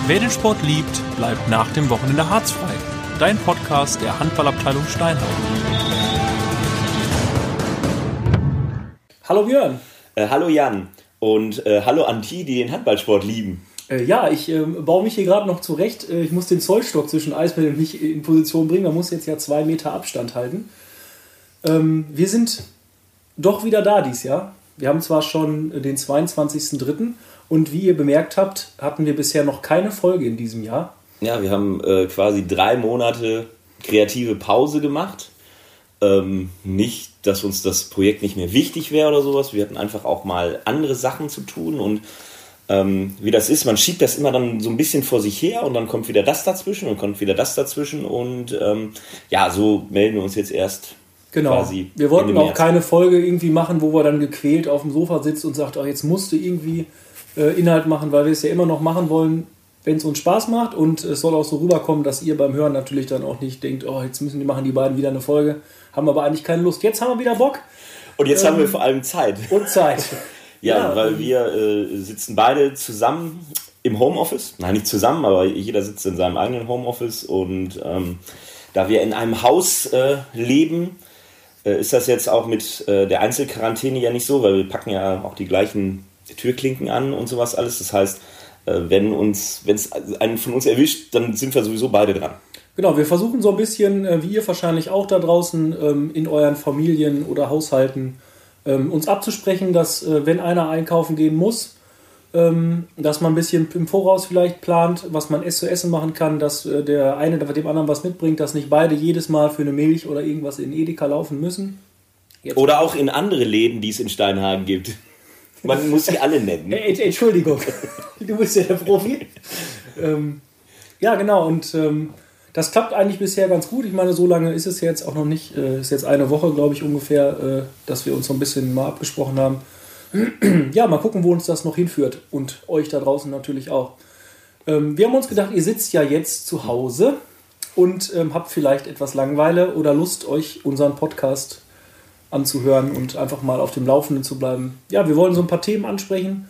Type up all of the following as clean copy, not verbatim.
Wer den Sport liebt, bleibt nach dem Wochenende harzfrei. Dein Podcast der Handballabteilung Steinhausen. Hallo Björn. Hallo Jan und hallo an die den Handballsport lieben. Ich baue mich hier gerade noch zurecht. Ich muss den Zollstock zwischen Eisbären und mich in Position bringen. Man muss jetzt ja 2 Meter Abstand halten. Wir sind doch wieder da dieses Jahr. Wir haben zwar schon den 22.03. und wie ihr bemerkt habt, hatten wir bisher noch keine Folge in diesem Jahr. Ja, wir haben quasi 3 Monate kreative Pause gemacht. Nicht, dass uns das Projekt nicht mehr wichtig wäre oder sowas. Wir hatten einfach auch mal andere Sachen zu tun und wie das ist, man schiebt das immer dann so ein bisschen vor sich her und dann kommt wieder das dazwischen und kommt wieder das dazwischen und so melden wir uns jetzt erst. Genau, quasi wir wollten auch keine Folge irgendwie machen, wo wir dann gequält auf dem Sofa sitzen und sagt, jetzt musst du irgendwie Inhalt machen, weil wir es ja immer noch machen wollen, wenn es uns Spaß macht und es soll auch so rüberkommen, dass ihr beim Hören natürlich dann auch nicht denkt, jetzt machen die beiden wieder eine Folge, haben aber eigentlich keine Lust. Jetzt haben wir wieder Bock. Und jetzt haben wir vor allem Zeit. Und Zeit. Ja, weil wir sitzen beide zusammen im Homeoffice. Nein, nicht zusammen, aber jeder sitzt in seinem eigenen Homeoffice. Und da wir in einem Haus leben, ist das jetzt auch mit der Einzelquarantäne ja nicht so, weil wir packen ja auch die gleichen Türklinken an und sowas alles. Das heißt, wenn es einen von uns erwischt, dann sind wir sowieso beide dran. Genau, wir versuchen so ein bisschen, wie ihr wahrscheinlich auch da draußen in euren Familien oder Haushalten, uns abzusprechen, dass wenn einer einkaufen gehen muss, dass man ein bisschen im Voraus vielleicht plant, was man zu essen machen kann, dass der eine dem anderen was mitbringt, dass nicht beide jedes Mal für eine Milch oder irgendwas in Edeka laufen müssen. Jetzt oder auch in andere Läden, die es in Steinhagen gibt. Man muss sie alle nennen. Entschuldigung, du bist ja der Profi. Genau, und das klappt eigentlich bisher ganz gut. Ich meine, so lange ist es jetzt auch noch nicht. Ist jetzt eine Woche, glaube ich, ungefähr, dass wir uns so ein bisschen mal abgesprochen haben. Ja, mal gucken, wo uns das noch hinführt. Und euch da draußen natürlich auch. Wir haben uns gedacht, ihr sitzt ja jetzt zu Hause und habt vielleicht etwas Langeweile oder Lust, euch unseren Podcast anzuhören und einfach mal auf dem Laufenden zu bleiben. Ja, wir wollen so ein paar Themen ansprechen.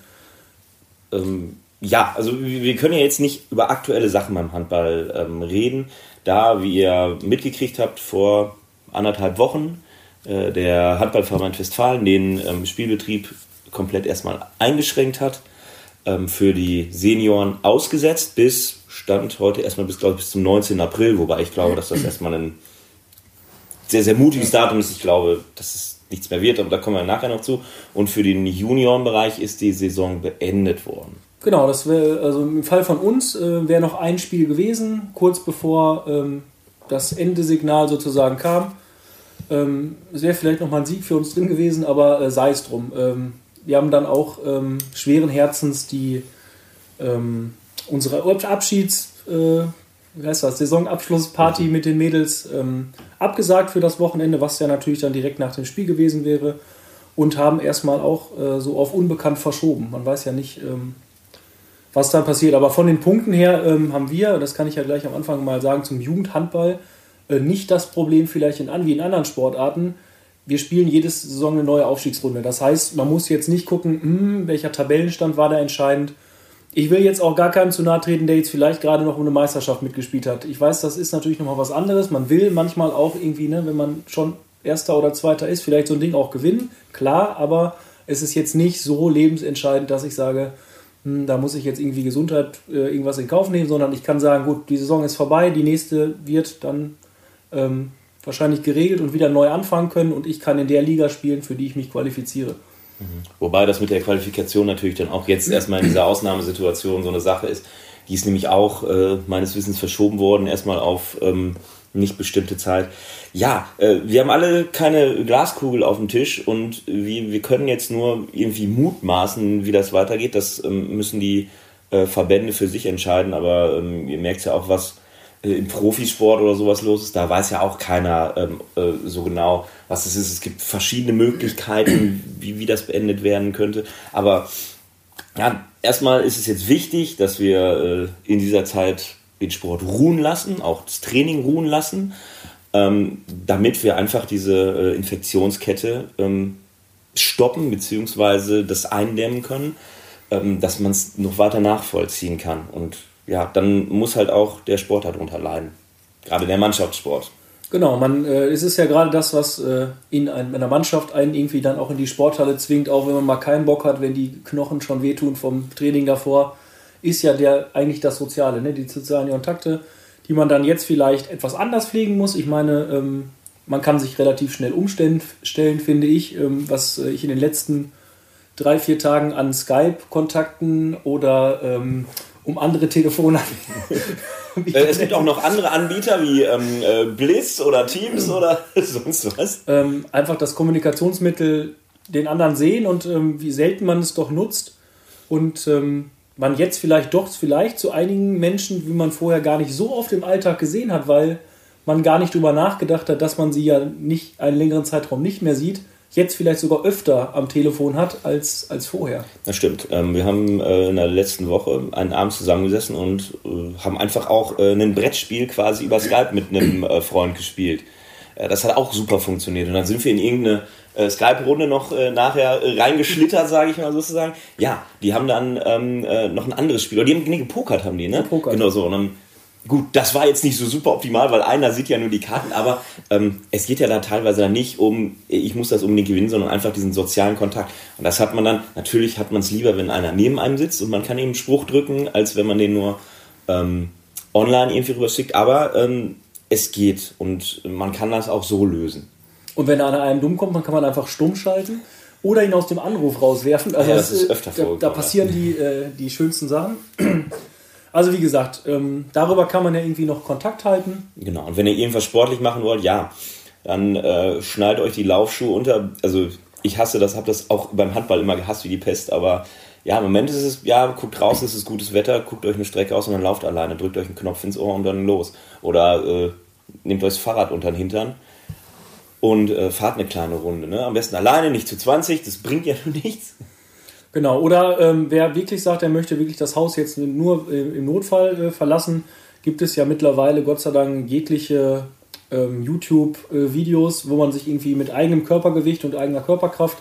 Also wir können ja jetzt nicht über aktuelle Sachen beim Handball reden, da, wie ihr mitgekriegt habt, vor 1,5 Wochen der Handballverband Westfalen den Spielbetrieb komplett erstmal eingeschränkt hat, für die Senioren ausgesetzt Stand heute erstmal bis zum 19. April, wobei ich glaube, dass das erstmal ein sehr, sehr mutiges Datum ist. Ich glaube, dass es nichts mehr wird, aber da kommen wir nachher noch zu. Und für den Juniorenbereich ist die Saison beendet worden. Genau, das wäre, also im Fall von uns wäre noch ein Spiel gewesen, kurz bevor das Endesignal sozusagen kam. Es wäre vielleicht noch mal ein Sieg für uns drin gewesen, aber sei es drum. Wir haben dann auch schweren Herzens unsere Saisonabschlussparty mit den Mädels abgesagt für das Wochenende, was ja natürlich dann direkt nach dem Spiel gewesen wäre, und haben erstmal auch so auf unbekannt verschoben. Man weiß ja nicht, was da passiert. Aber von den Punkten her haben wir, das kann ich ja gleich am Anfang mal sagen, zum Jugendhandball nicht das Problem vielleicht wie in anderen Sportarten. Wir spielen jede Saison eine neue Aufstiegsrunde. Das heißt, man muss jetzt nicht gucken, welcher Tabellenstand war da entscheidend. Ich will jetzt auch gar keinem zu nahe treten, der jetzt vielleicht gerade noch um eine Meisterschaft mitgespielt hat. Ich weiß, das ist natürlich nochmal was anderes. Man will manchmal auch irgendwie, wenn man schon Erster oder Zweiter ist, vielleicht so ein Ding auch gewinnen. Klar, aber es ist jetzt nicht so lebensentscheidend, dass ich sage, da muss ich jetzt irgendwie Gesundheit irgendwas in Kauf nehmen, sondern ich kann sagen, gut, die Saison ist vorbei, die nächste wird dann wahrscheinlich geregelt und wieder neu anfangen können und ich kann in der Liga spielen, für die ich mich qualifiziere. Wobei das mit der Qualifikation natürlich dann auch jetzt erstmal in dieser Ausnahmesituation so eine Sache ist. Die ist nämlich auch meines Wissens verschoben worden, erstmal auf nicht bestimmte Zeit. Ja, wir haben alle keine Glaskugel auf dem Tisch und wir können jetzt nur irgendwie mutmaßen, wie das weitergeht. Das müssen die Verbände für sich entscheiden, aber ihr merkt ja auch, was im Profisport oder sowas los ist. Da weiß ja auch keiner so genau, was es ist. Es gibt verschiedene Möglichkeiten, wie das beendet werden könnte. Aber ja, erstmal ist es jetzt wichtig, dass wir in dieser Zeit den Sport ruhen lassen, auch das Training ruhen lassen, damit wir einfach diese Infektionskette stoppen bzw. das eindämmen können, dass man es noch weiter nachvollziehen kann. Und ja, dann muss halt auch der Sport darunter leiden. Gerade der Mannschaftssport. Genau, es ist ja gerade das, was in einer Mannschaft einen irgendwie dann auch in die Sporthalle zwingt, auch wenn man mal keinen Bock hat, wenn die Knochen schon wehtun vom Training davor, ist ja eigentlich das Soziale, ne? Die sozialen Kontakte, die man dann jetzt vielleicht etwas anders pflegen muss. Ich meine, man kann sich relativ schnell umstellen, finde ich, was ich in den letzten 3-4 Tagen an Skype-Kontakten oder um andere Telefone. Es gibt auch noch andere Anbieter wie Bliss oder Teams oder sonst was. Einfach das Kommunikationsmittel den anderen sehen und wie selten man es doch nutzt. Und man jetzt vielleicht zu einigen Menschen, wie man vorher gar nicht so oft im Alltag gesehen hat, weil man gar nicht drüber nachgedacht hat, dass man sie ja nicht einen längeren Zeitraum nicht mehr sieht, jetzt vielleicht sogar öfter am Telefon hat als vorher. Das stimmt. Wir haben in der letzten Woche einen Abend zusammengesessen und haben einfach auch ein Brettspiel quasi über Skype mit einem Freund gespielt. Das hat auch super funktioniert. Und dann sind wir in irgendeine Skype-Runde noch nachher reingeschlittert, sage ich mal sozusagen. Ja, die haben dann noch ein anderes Spiel. Oder die haben gepokert, haben die, ne? Gepokert. Genau so. Und dann, gut, das war jetzt nicht so super optimal, weil einer sieht ja nur die Karten, aber es geht ja da teilweise dann nicht um, ich muss das unbedingt gewinnen, sondern einfach diesen sozialen Kontakt. Und das hat man dann, natürlich hat man es lieber, wenn einer neben einem sitzt und man kann eben einen Spruch drücken, als wenn man den nur online irgendwie rüberschickt. Aber es geht und man kann das auch so lösen. Und wenn einer einem dumm kommt, dann kann man einfach stumm schalten oder ihn aus dem Anruf rauswerfen. Also ja, das ist öfter vorgekommen. Da passieren die schönsten Sachen. Also wie gesagt, darüber kann man ja irgendwie noch Kontakt halten. Genau, und wenn ihr irgendwas sportlich machen wollt, ja, dann schnallt euch die Laufschuhe unter. Also ich hasse das, habe das auch beim Handball immer gehasst wie die Pest, aber ja, im Moment ist es, ja, guckt raus, es ist gutes Wetter, guckt euch eine Strecke aus und dann lauft alleine, drückt euch einen Knopf ins Ohr und dann los. Oder nehmt euch das Fahrrad unter den Hintern und fahrt eine kleine Runde. Ne? Am besten alleine, nicht zu 20, das bringt ja nichts. Genau, oder wer wirklich sagt, er möchte wirklich das Haus jetzt nur im Notfall verlassen, gibt es ja mittlerweile Gott sei Dank jegliche YouTube-Videos, wo man sich irgendwie mit eigenem Körpergewicht und eigener Körperkraft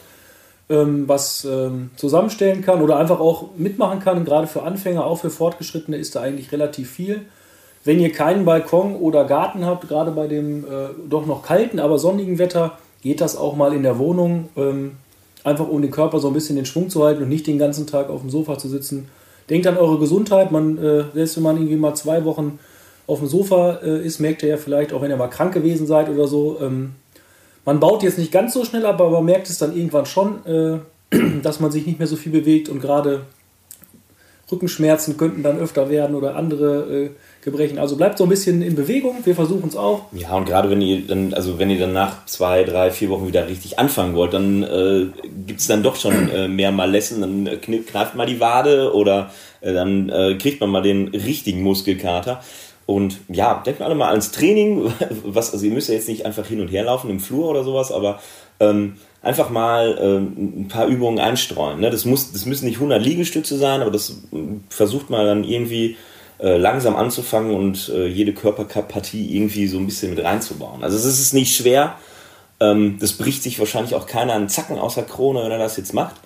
was zusammenstellen kann oder einfach auch mitmachen kann. Gerade für Anfänger, auch für Fortgeschrittene ist da eigentlich relativ viel. Wenn ihr keinen Balkon oder Garten habt, gerade bei dem doch noch kalten, aber sonnigen Wetter, geht das auch mal in der Wohnung, einfach um den Körper so ein bisschen in Schwung zu halten und nicht den ganzen Tag auf dem Sofa zu sitzen. Denkt an eure Gesundheit. Selbst wenn man irgendwie mal 2 Wochen auf dem Sofa ist, merkt ihr ja vielleicht, auch wenn ihr mal krank gewesen seid oder so, man baut jetzt nicht ganz so schnell ab, aber man merkt es dann irgendwann schon, dass man sich nicht mehr so viel bewegt und gerade Rückenschmerzen könnten dann öfter werden oder andere Gebrechen. Also bleibt so ein bisschen in Bewegung, wir versuchen es auch. Ja, und gerade wenn ihr dann nach 2, 3, 4 Wochen wieder richtig anfangen wollt, dann gibt es dann doch schon mehr Malessen, dann kneift mal die Wade oder dann kriegt man mal den richtigen Muskelkater. Und ja, denkt alle mal ans Training, also ihr müsst ja jetzt nicht einfach hin und her laufen im Flur oder sowas, aber einfach mal ein paar Übungen einstreuen. Ne? Das müssen nicht 100 Liegestütze sein, aber das versucht mal dann irgendwie langsam anzufangen und jede Körperpartie irgendwie so ein bisschen mit reinzubauen. Also es ist nicht schwer, das bricht sich wahrscheinlich auch keiner einen Zacken aus der Krone, wenn er das jetzt macht.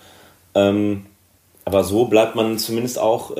Aber so bleibt man zumindest auch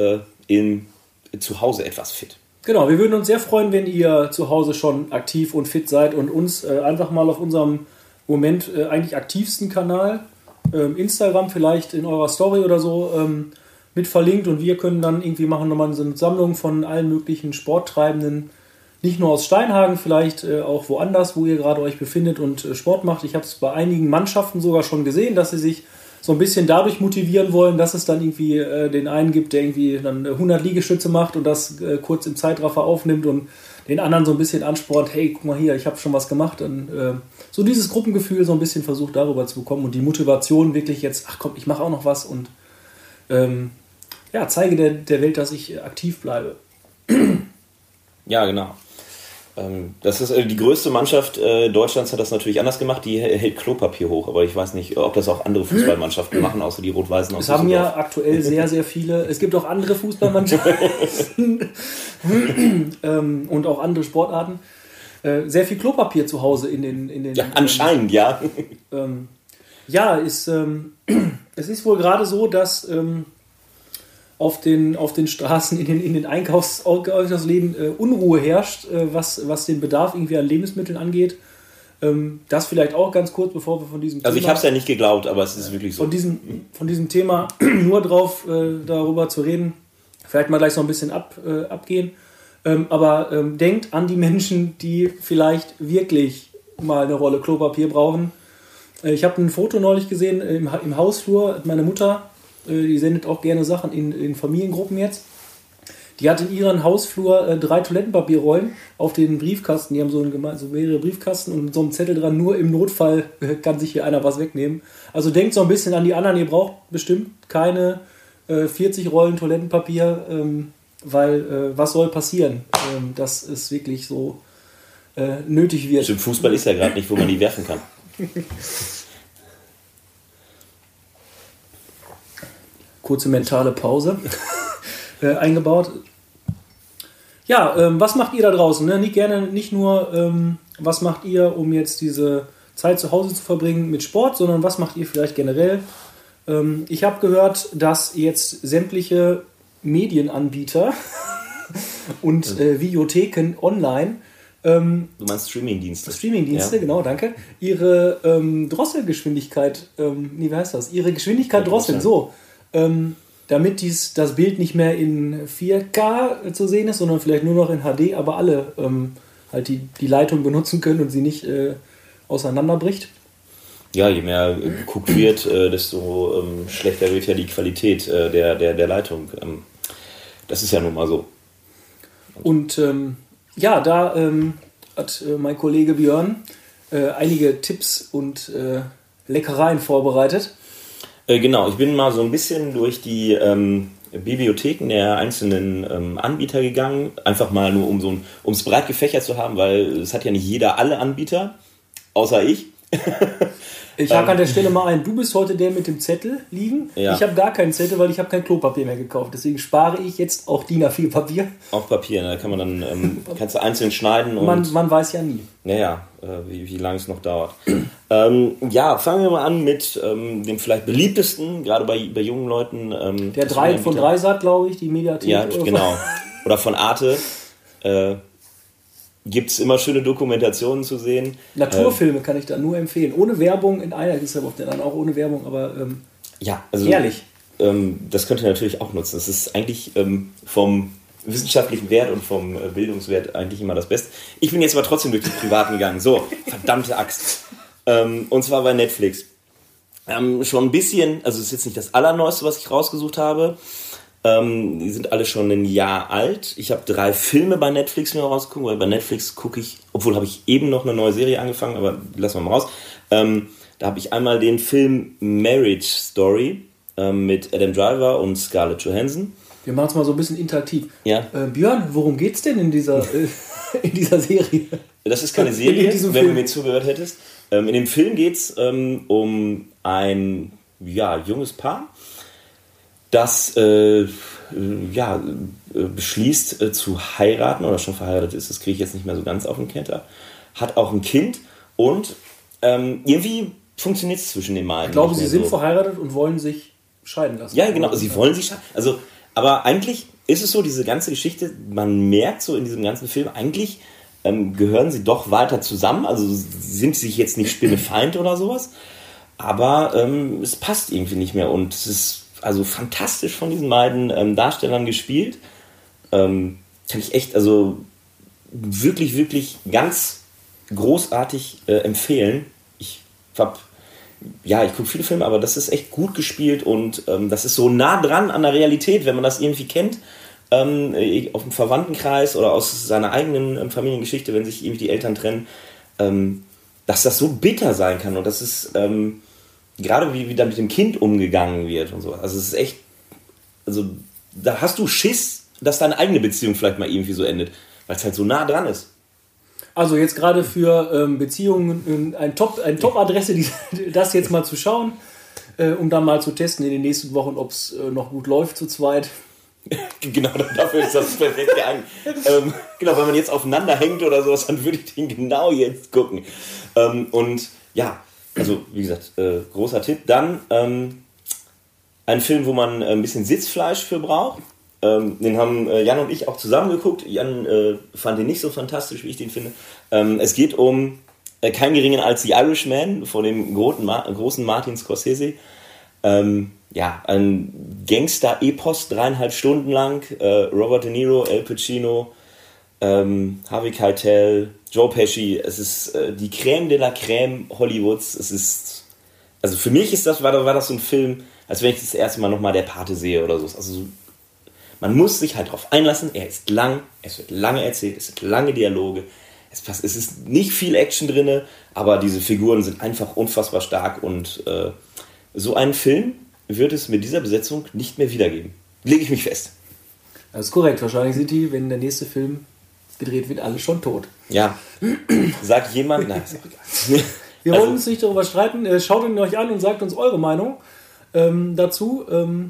zu Hause etwas fit. Genau, wir würden uns sehr freuen, wenn ihr zu Hause schon aktiv und fit seid und uns einfach mal auf unserem Moment eigentlich aktivsten Kanal, Instagram vielleicht in eurer Story oder so, mit verlinkt und wir können dann irgendwie machen nochmal so eine Sammlung von allen möglichen Sporttreibenden, nicht nur aus Steinhagen, vielleicht auch woanders, wo ihr gerade euch befindet und Sport macht. Ich habe es bei einigen Mannschaften sogar schon gesehen, dass sie sich so ein bisschen dadurch motivieren wollen, dass es dann irgendwie den einen gibt, der irgendwie dann 100 Liegestütze macht und das kurz im Zeitraffer aufnimmt und den anderen so ein bisschen anspornt, hey, guck mal hier, ich habe schon was gemacht. Und so dieses Gruppengefühl so ein bisschen versucht darüber zu bekommen und die Motivation wirklich jetzt, ach komm, ich mache auch noch was und zeige der Welt, dass ich aktiv bleibe. Ja, genau. Das ist die größte Mannschaft Deutschlands, hat das natürlich anders gemacht. Die hält Klopapier hoch, aber ich weiß nicht, ob das auch andere Fußballmannschaften machen, außer die Rot-Weißen aus Düsseldorf. Es haben ja aktuell sehr, sehr viele. Es gibt auch andere Fußballmannschaften und auch andere Sportarten. Sehr viel Klopapier zu Hause in den ja, anscheinend, ja. Es ist wohl gerade so, dass auf den Straßen, in den Einkaufsläden Unruhe herrscht, was den Bedarf irgendwie an Lebensmitteln angeht. Das vielleicht auch ganz kurz, bevor wir von diesem Also Thema... ich habe es ja nicht geglaubt, aber es ist wirklich so. Von diesem Thema nur darüber zu reden, vielleicht mal gleich so ein bisschen abgehen. Aber denkt an die Menschen, die vielleicht wirklich mal eine Rolle Klopapier brauchen. Ich habe ein Foto neulich gesehen im Hausflur. Meine Mutter, die sendet auch gerne Sachen in Familiengruppen jetzt. Die hat in ihrem Hausflur 3 Toilettenpapierrollen auf den Briefkasten. Die haben so mehrere Briefkasten und so einen Zettel dran. Nur im Notfall kann sich hier einer was wegnehmen. Also denkt so ein bisschen an die anderen. Ihr braucht bestimmt keine 40 Rollen Toilettenpapier, weil was soll passieren, dass es wirklich so nötig wird. Im Fußball ist ja gerade nicht, wo man die werfen kann. Kurze mentale Pause eingebaut. Ja, was macht ihr da draußen? Ne? Nicht nur, was macht ihr, um jetzt diese Zeit zu Hause zu verbringen mit Sport, sondern was macht ihr vielleicht generell? Ich habe gehört, dass jetzt sämtliche Medienanbieter und Videotheken online Du meinst Streamingdienste? Streamingdienste, ja. Genau, danke. Ihre Drosselgeschwindigkeit, wie heißt das? Ihre Geschwindigkeit drosseln, so. Damit das Bild nicht mehr in 4K zu sehen ist, sondern vielleicht nur noch in HD, aber alle halt die Leitung benutzen können und sie nicht auseinanderbricht. Ja, je mehr geguckt wird, desto schlechter wird ja die Qualität der Leitung. Das ist ja nun mal so. Und ja, da hat mein Kollege Björn einige Tipps und Leckereien vorbereitet. Genau, ich bin mal so ein bisschen durch die Bibliotheken der einzelnen Anbieter gegangen. Einfach mal nur, um es breit gefächert zu haben, weil es hat ja nicht jeder alle Anbieter, außer ich. Ich hake an der Stelle mal ein, du bist heute der mit dem Zettel liegen. Ja. Ich habe gar keinen Zettel, weil ich habe kein Klopapier mehr gekauft. Deswegen spare ich jetzt auch DIN A4 Papier. Auch Papier, da kann man dann kannst du einzeln schneiden. Und man weiß ja nie. Naja, wie lange es noch dauert. Ja, fangen wir mal an mit dem vielleicht beliebtesten, gerade bei jungen Leuten. Der 3 von Dreisat, glaube ich, die Mediathek. Ja, genau. Oder von Arte. Gibt es immer schöne Dokumentationen zu sehen. Naturfilme kann ich da nur empfehlen. Ohne Werbung, in einer ist ja auf der dann auch ohne Werbung, aber ja, also, herrlich. Das könnt ihr natürlich auch nutzen. Das ist eigentlich vom wissenschaftlichen Wert und vom Bildungswert eigentlich immer das Beste. Ich bin jetzt aber trotzdem durch die Privaten gegangen. So, verdammte Axt. Und zwar bei Netflix. Schon ein bisschen, also es ist jetzt nicht das Allerneueste, was ich rausgesucht habe. Die sind alle schon ein Jahr alt. Ich habe 3 Filme bei Netflix mir rausgeguckt, weil bei Netflix gucke ich, obwohl habe ich eben noch eine neue Serie angefangen, aber lassen wir mal raus. Da habe ich einmal den Film Marriage Story mit Adam Driver und Scarlett Johansson. Wir machen es mal so ein bisschen interaktiv. Ja. Björn, worum geht's denn in dieser Serie? Das ist keine Serie, wenn du mir zugehört hättest. In dem Film geht es um ein junges Paar, das beschließt zu heiraten oder schon verheiratet ist, das kriege ich jetzt nicht mehr so ganz auf den Kenter, hat auch ein Kind und irgendwie funktioniert es zwischen den beiden. Ich glaube, sie sind verheiratet und wollen sich scheiden lassen. Ja, genau, sie wollen sich scheiden. Also, aber eigentlich ist es so, diese ganze Geschichte, man merkt so in diesem ganzen Film, eigentlich gehören sie doch weiter zusammen, also sind sie sich jetzt nicht Spinnefeind oder sowas, aber es passt irgendwie nicht mehr und es ist also fantastisch von diesen beiden Darstellern gespielt. Kann ich echt, also wirklich, wirklich ganz großartig empfehlen. Ich gucke viele Filme, aber das ist echt gut gespielt und das ist so nah dran an der Realität, wenn man das irgendwie kennt, auf dem Verwandtenkreis oder aus seiner eigenen Familiengeschichte, wenn sich irgendwie die Eltern trennen, dass das so bitter sein kann und das ist gerade wie da mit dem Kind umgegangen wird und so. Also es ist echt, also da hast du Schiss, dass deine eigene Beziehung vielleicht mal irgendwie so endet, weil es halt so nah dran ist. Also jetzt gerade für Beziehungen eine Top-Adresse, das jetzt mal zu schauen, um dann mal zu testen in den nächsten Wochen, ob es noch gut läuft zu zweit. Genau, dafür ist das perfekt geeignet. Genau, wenn man jetzt aufeinander hängt oder sowas, dann würde ich den genau jetzt gucken. Und ja, also wie gesagt, großer Tipp. Dann ein Film, wo man ein bisschen Sitzfleisch für braucht. Den haben Jan und ich auch zusammen geguckt. Jan fand den nicht so fantastisch, wie ich den finde. Es geht um keinen geringen als The Irishman von dem großen Martin Scorsese. Ein Gangster-Epos, 3,5 Stunden lang. Robert De Niro, Al Pacino, Harvey Keitel, Joe Pesci. Es ist die Crème de la Crème Hollywoods. Es ist, also für mich war das so ein Film, als wenn ich das erste Mal nochmal Der Pate sehe oder so. Also man muss sich halt drauf einlassen. Er ist lang, es wird lange erzählt, es sind lange Dialoge. Es ist nicht viel Action drin, aber diese Figuren sind einfach unfassbar stark und so einen Film wird es mit dieser Besetzung nicht mehr wiedergeben. Lege ich mich fest. Das ist korrekt. Wahrscheinlich sind die, wenn der nächste Film gedreht wird, alle schon tot. Ja. Sagt jemand, nein, ist auch egal. Wir wollen uns nicht darüber streiten. Schaut ihn euch an und sagt uns eure Meinung dazu.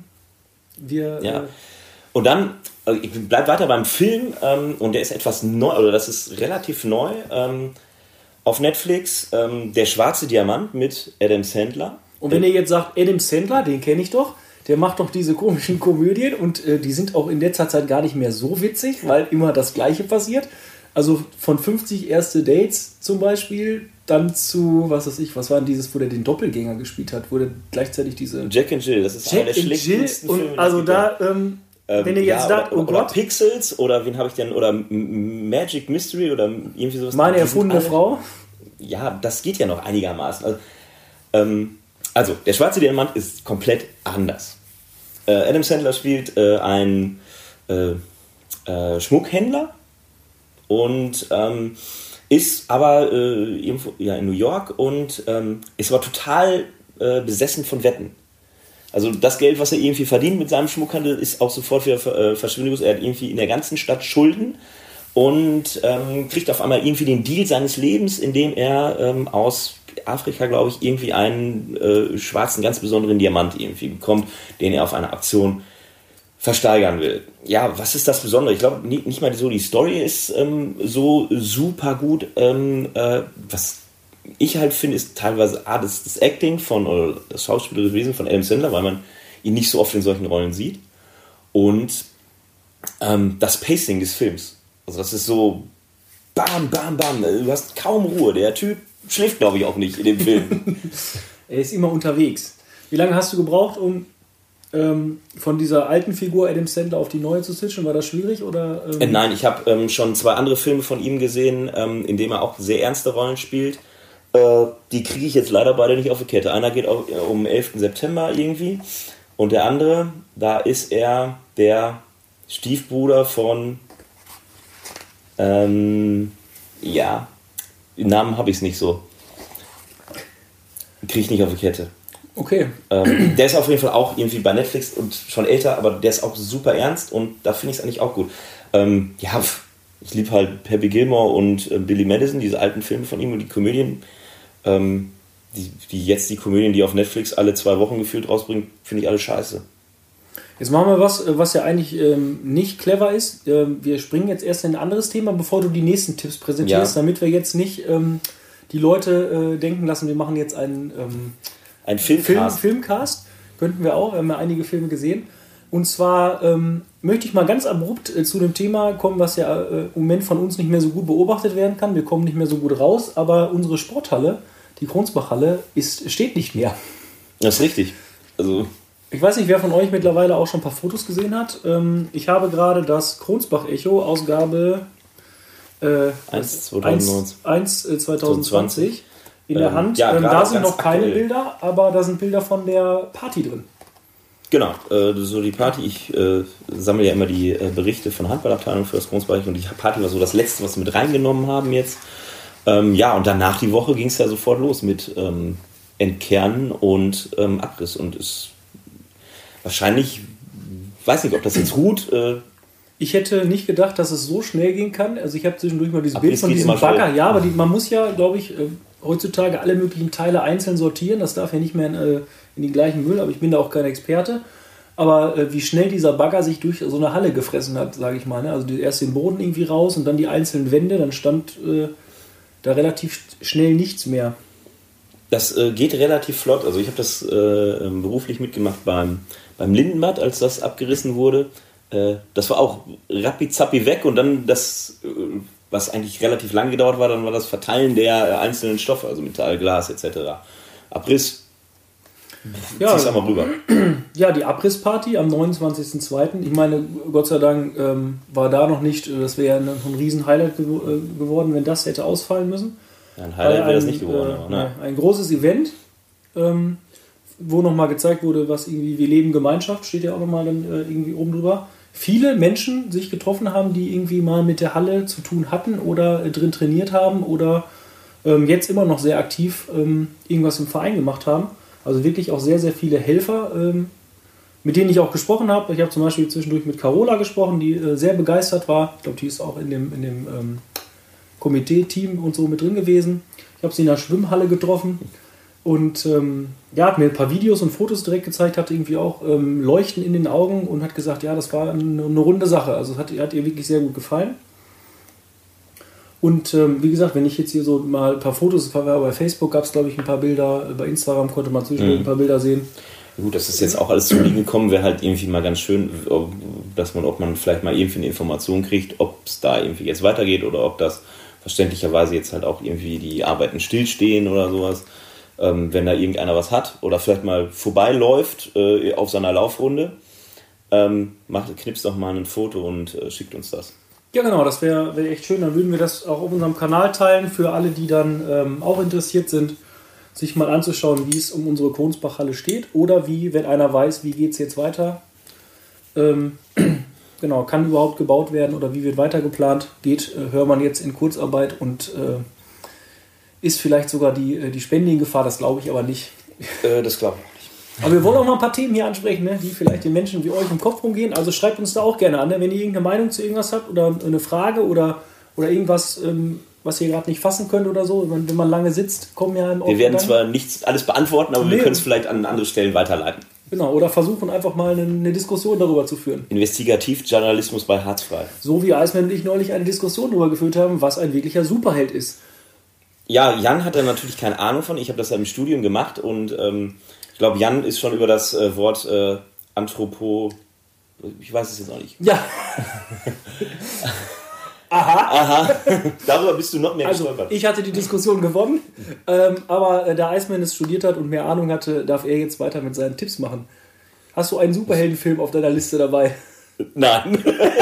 Und dann, ich bleibe weiter beim Film und der ist etwas neu, oder das ist relativ neu auf Netflix. Der schwarze Diamant mit Adam Sandler. Und wenn ihr jetzt sagt, Adam Sandler, den kenne ich doch, der macht doch diese komischen Komödien und die sind auch in letzter Zeit gar nicht mehr so witzig, weil immer das Gleiche passiert. Also von 50 erste Dates zum Beispiel, dann zu, was war denn dieses, wo der den Doppelgänger gespielt hat, wo der gleichzeitig diese... Jack and Jill, das ist einer der schlechtesten Filme. Also da... wenn ihr jetzt sagt, oder Pixels oder wen habe ich denn, oder Magic Mystery oder irgendwie sowas. Meine erfundene Frau? Ja, das geht ja noch einigermaßen. Also der schwarze Diamant ist komplett anders. Adam Sandler spielt einen Schmuckhändler und ist aber irgendwo, in New York und ist aber total besessen von Wetten. Also das Geld, was er irgendwie verdient mit seinem Schmuckhandel, ist auch sofort wieder verschwindet. Er hat irgendwie in der ganzen Stadt Schulden und kriegt auf einmal irgendwie den Deal seines Lebens, indem er aus Afrika, glaube ich, irgendwie einen schwarzen, ganz besonderen Diamant irgendwie bekommt, den er auf einer Auktion versteigern will. Ja, was ist das Besondere? Ich glaube, nicht mal so die Story ist so super gut. Was ich halt finde, ist teilweise das Acting oder das schauspielerische Wesen von Adam Sandler, weil man ihn nicht so oft in solchen Rollen sieht. Und das Pacing des Films. Also das ist so bam, bam, bam. Du hast kaum Ruhe. Der Typ schläft, glaube ich, auch nicht in dem Film. Er ist immer unterwegs. Wie lange hast du gebraucht, um von dieser alten Figur Adam Sandler auf die neue zu switchen? War das schwierig? Oder, Nein, ich habe schon 2 andere Filme von ihm gesehen, in denen er auch sehr ernste Rollen spielt. Die kriege ich jetzt leider beide nicht auf die Kette. Einer geht um 11. September irgendwie und der andere, da ist er der Stiefbruder von den Namen habe ich nicht so. Kriege ich nicht auf die Kette. Okay. Der ist auf jeden Fall auch irgendwie bei Netflix und schon älter, aber der ist auch super ernst und da finde ich es eigentlich auch gut. Ich liebe halt Happy Gilmore und Billy Madison, diese alten Filme von ihm und die Komödien. Die Komödien, die auf Netflix alle 2 Wochen gefühlt rausbringen, finde ich alle scheiße. Jetzt machen wir was ja eigentlich nicht clever ist. Wir springen jetzt erst in ein anderes Thema, bevor du die nächsten Tipps präsentierst, damit wir jetzt nicht die Leute denken lassen, wir machen jetzt einen Filmcast. Könnten wir auch, wir haben ja einige Filme gesehen. Und zwar möchte ich mal ganz abrupt zu dem Thema kommen, was ja im Moment von uns nicht mehr so gut beobachtet werden kann. Wir kommen nicht mehr so gut raus, aber unsere Sporthalle, die Kronsbach-Halle, steht nicht mehr. Das ist richtig. Also ich weiß nicht, wer von euch mittlerweile auch schon ein paar Fotos gesehen hat. Ich habe gerade das Kronsbach-Echo, Ausgabe 2020 in der Hand. Da sind noch keine Bilder, aber da sind Bilder von der Party drin. Genau, so die Party, ich sammle ja immer die Berichte von Handballabteilung für das Kronsbach und die Party war so das Letzte, was wir mit reingenommen haben jetzt. Und danach die Woche ging es ja sofort los mit Entkernen und Abriss und ist wahrscheinlich, weiß nicht, ob das jetzt ruht. Ich hätte nicht gedacht, dass es so schnell gehen kann. Also ich habe zwischendurch mal dieses Bild von diesem Bagger. Ja, aber man muss ja, glaube ich, heutzutage alle möglichen Teile einzeln sortieren. Das darf ja nicht mehr in den gleichen Müll, aber ich bin da auch kein Experte. Aber wie schnell dieser Bagger sich durch so eine Halle gefressen hat, sage ich mal. Ne? Also erst den Boden irgendwie raus und dann die einzelnen Wände, dann stand da relativ schnell nichts mehr. Das geht relativ flott. Also ich habe das beruflich mitgemacht beim Lindenbad, als das abgerissen wurde. Das war auch rappi-zappi weg und dann das, was eigentlich relativ lang gedauert war, dann war das Verteilen der einzelnen Stoffe, also Metall, Glas etc. Abriss. Ja, zieh's einmal rüber. Ja, die Abrissparty am 29.02. Ich meine, Gott sei Dank war da noch nicht, das wäre ja ein Riesen-Highlight geworden, wenn das hätte ausfallen müssen. Ja, ein Highlight wäre das nicht geworden. Ein großes Event, wo nochmal gezeigt wurde, was irgendwie, wir leben Gemeinschaft, steht ja auch nochmal dann irgendwie oben drüber. Viele Menschen sich getroffen haben, die irgendwie mal mit der Halle zu tun hatten oder drin trainiert haben oder jetzt immer noch sehr aktiv irgendwas im Verein gemacht haben. Also wirklich auch sehr, sehr viele Helfer, mit denen ich auch gesprochen habe. Ich habe zum Beispiel zwischendurch mit Carola gesprochen, die sehr begeistert war. Ich glaube, die ist auch in dem Komitee-Team und so mit drin gewesen. Ich habe sie in der Schwimmhalle getroffen und hat mir ein paar Videos und Fotos direkt gezeigt, hatte irgendwie auch Leuchten in den Augen und hat gesagt, ja, das war eine runde Sache. Also hat ihr wirklich sehr gut gefallen. Und wie gesagt, wenn ich jetzt hier so mal ein paar Fotos, bei Facebook gab es glaube ich ein paar Bilder, bei Instagram konnte man zwischendurch ein paar Bilder sehen. Gut, das ist jetzt auch alles zum Liegen gekommen, wäre halt irgendwie mal ganz schön, ob man vielleicht mal irgendwie eine Information kriegt, ob es da irgendwie jetzt weitergeht oder ob das verständlicherweise jetzt halt auch irgendwie die Arbeiten stillstehen oder sowas. Wenn da irgendeiner was hat oder vielleicht mal vorbeiläuft auf seiner Laufrunde, knipst doch mal ein Foto und schickt uns das. Ja genau, das wäre echt schön. Dann würden wir das auch auf unserem Kanal teilen für alle, die dann auch interessiert sind, sich mal anzuschauen, wie es um unsere Kronsbach-Halle steht oder wie, wenn einer weiß, wie geht es jetzt weiter, genau, kann überhaupt gebaut werden oder wie wird weiter geplant, hört man jetzt in Kurzarbeit und ist vielleicht sogar die Spende in Gefahr, das glaube ich aber nicht. Das glaube ich. Aber wir wollen auch mal ein paar Themen hier ansprechen, ne, die vielleicht den Menschen wie euch im Kopf rumgehen. Also schreibt uns da auch gerne an, ne, wenn ihr irgendeine Meinung zu irgendwas habt oder eine Frage oder irgendwas, was ihr gerade nicht fassen könnt oder so. Wenn man lange sitzt, kommen ja im Wir werden zwar nicht alles beantworten, aber wir können es vielleicht an andere Stellen weiterleiten. Genau, oder versuchen einfach mal eine Diskussion darüber zu führen. Investigativjournalismus bei Harzfrei. So wie Eismann und ich neulich eine Diskussion darüber geführt haben, was ein wirklicher Superheld ist. Ja, Jan hat da natürlich keine Ahnung von. Ich habe das ja im Studium gemacht und ich glaube, Jan ist schon über das Wort ich weiß es jetzt auch nicht. Ja. Aha. Darüber bist du noch mehr gestolpert. Also, ich hatte die Diskussion gewonnen, aber da Eismann es studiert hat und mehr Ahnung hatte, darf er jetzt weiter mit seinen Tipps machen. Hast du einen Superheldenfilm auf deiner Liste dabei? Nein.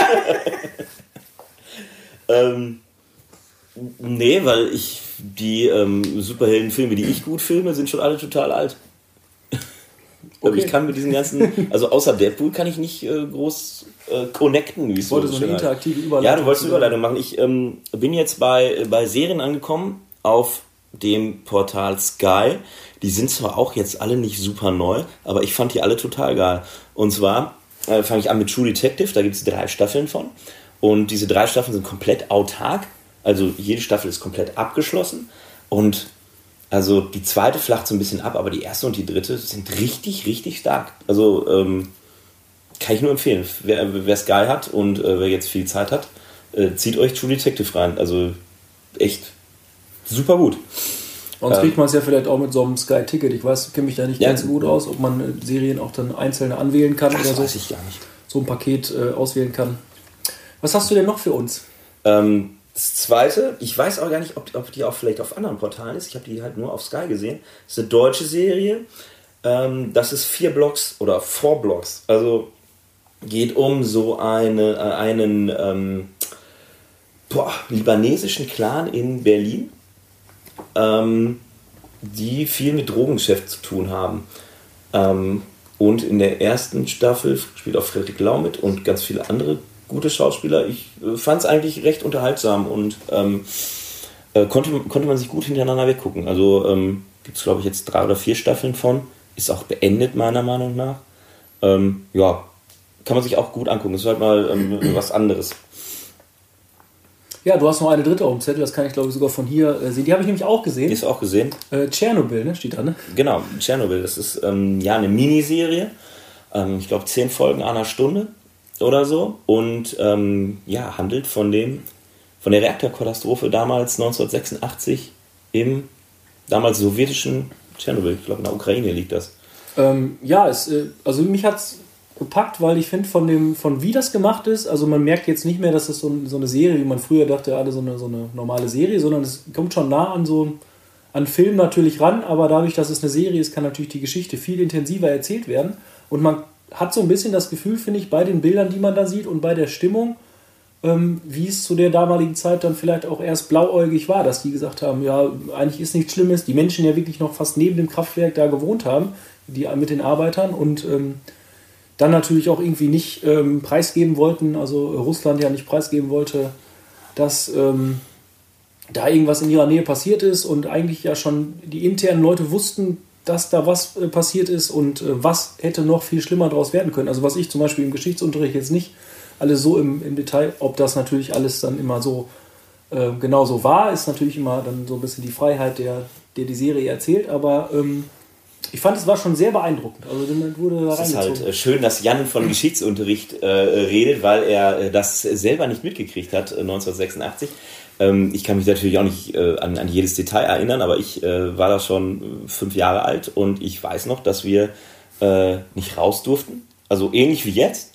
Nee, weil die Superheldenfilme, die ich gut filme, sind schon alle total alt. Okay. Ich kann mit diesen ganzen, also außer Deadpool kann ich nicht groß connecten. Ich wollte so eine interaktive Überleitung. Ja, du wolltest eine Überleitung machen. Ich bin jetzt bei Serien angekommen auf dem Portal Sky. Die sind zwar auch jetzt alle nicht super neu, aber ich fand die alle total geil. Und zwar fange ich an mit True Detective, da gibt es 3 Staffeln von. Und diese 3 Staffeln sind komplett autark. Also jede Staffel ist komplett abgeschlossen. Und also die 2. flacht so ein bisschen ab, aber die 1. und die 3. sind richtig, richtig stark. Also kann ich nur empfehlen. Wer es geil hat und wer jetzt viel Zeit hat, zieht euch True Detective rein. Also echt super gut. Sonst kriegt man es ja vielleicht auch mit so einem Sky-Ticket. Ich kenne mich da nicht ganz so gut aus, ob man Serien auch dann einzelne anwählen kann oder so. Das weiß ich gar nicht. So ein Paket auswählen kann. Was hast du denn noch für uns? Das 2., ich weiß auch gar nicht, ob die auch vielleicht auf anderen Portalen ist. Ich habe die halt nur auf Sky gesehen. Das ist eine deutsche Serie. Das ist 4 Blocks oder 4 Blocks. Also geht um so einen libanesischen Clan in Berlin, die viel mit Drogengeschäft zu tun haben. Und in der 1. Staffel spielt auch Frederik Lau mit und ganz viele andere gute Schauspieler. Ich fand es eigentlich recht unterhaltsam und konnte man sich gut hintereinander weggucken. Also gibt es, glaube ich, jetzt 3 oder 4 Staffeln von. Ist auch beendet, meiner Meinung nach. Ja, kann man sich auch gut angucken. Das ist halt mal was anderes. Ja, du hast noch eine 3. auf dem Zettel, das kann ich, glaube ich, sogar von hier sehen. Die habe ich nämlich auch gesehen. Die ist auch gesehen. Tschernobyl, ne? Steht da, ne? Genau, Tschernobyl. Das ist eine Miniserie. Ich glaube, 10 Folgen, 1 Stunde oder so. Und handelt von der Reaktorkatastrophe damals 1986 im damals sowjetischen Tschernobyl. Ich glaube, in der Ukraine liegt das. Also mich hat es gepackt, weil ich finde, von wie das gemacht ist, also man merkt jetzt nicht mehr, dass es so eine Serie, wie man früher dachte, so eine normale Serie, sondern es kommt schon nah an Film natürlich ran, aber dadurch, dass es eine Serie ist, kann natürlich die Geschichte viel intensiver erzählt werden. Und man hat so ein bisschen das Gefühl, finde ich, bei den Bildern, die man da sieht und bei der Stimmung, wie es zu der damaligen Zeit dann vielleicht auch erst blauäugig war, dass die gesagt haben, ja, eigentlich ist nichts Schlimmes, die Menschen ja wirklich noch fast neben dem Kraftwerk da gewohnt haben, die mit den Arbeitern und dann natürlich auch irgendwie nicht preisgeben wollten, also Russland ja nicht preisgeben wollte, dass da irgendwas in ihrer Nähe passiert ist und eigentlich ja schon die internen Leute wussten, dass da was passiert ist und was hätte noch viel schlimmer daraus werden können. Also was ich zum Beispiel im Geschichtsunterricht jetzt nicht alles so im Detail, ob das natürlich alles dann immer so genau so war, ist natürlich immer dann so ein bisschen die Freiheit, der die Serie erzählt, aber ich fand, es war schon sehr beeindruckend. Also damit wurde da reingezogen. Es ist halt schön, dass Jan von Geschichtsunterricht redet, weil er das selber nicht mitgekriegt hat, 1986. Ich kann mich natürlich auch nicht an jedes Detail erinnern, aber ich war da schon 5 Jahre alt und ich weiß noch, dass wir nicht raus durften. Also ähnlich wie jetzt.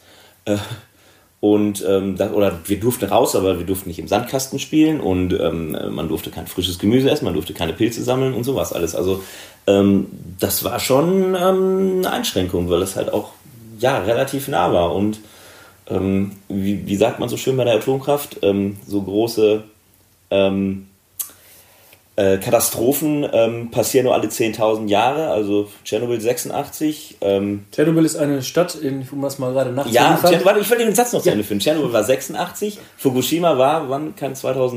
Oder wir durften raus, aber wir durften nicht im Sandkasten spielen und man durfte kein frisches Gemüse essen, man durfte keine Pilze sammeln und sowas alles. Also das war schon eine Einschränkung, weil es halt auch relativ nah war. Und wie sagt man so schön bei der Atomkraft, so große Katastrophen passieren nur alle 10.000 Jahre, also Tschernobyl 86. Tschernobyl ist eine Stadt, um das mal gerade nachzuliefern. Ja, warte, ich will den Satz noch zu Ende führen. Tschernobyl war 86, Fukushima war, wann kann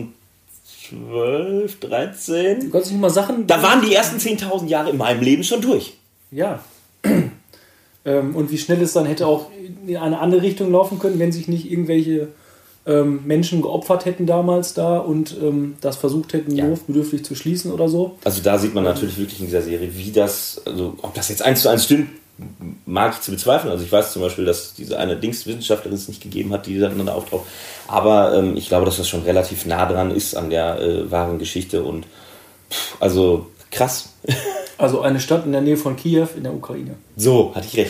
2012, 13? Du kannst nicht mal Sachen... Da waren die ersten 10.000 Jahre in meinem Leben schon durch. Ja. Und wie schnell es dann hätte auch in eine andere Richtung laufen können, wenn sich nicht irgendwelche Menschen geopfert hätten damals da und das versucht hätten, notbedürftig zu schließen oder so. Also da sieht man natürlich wirklich in dieser Serie, wie das, also ob das jetzt 1:1 stimmt, mag ich zu bezweifeln. Also ich weiß zum Beispiel, dass diese eine Wissenschaftlerin es nicht gegeben hat, die dann da auftaucht. Aber ich glaube, dass das schon relativ nah dran ist an der wahren Geschichte und also krass. Also eine Stadt in der Nähe von Kiew in der Ukraine. So, hatte ich recht.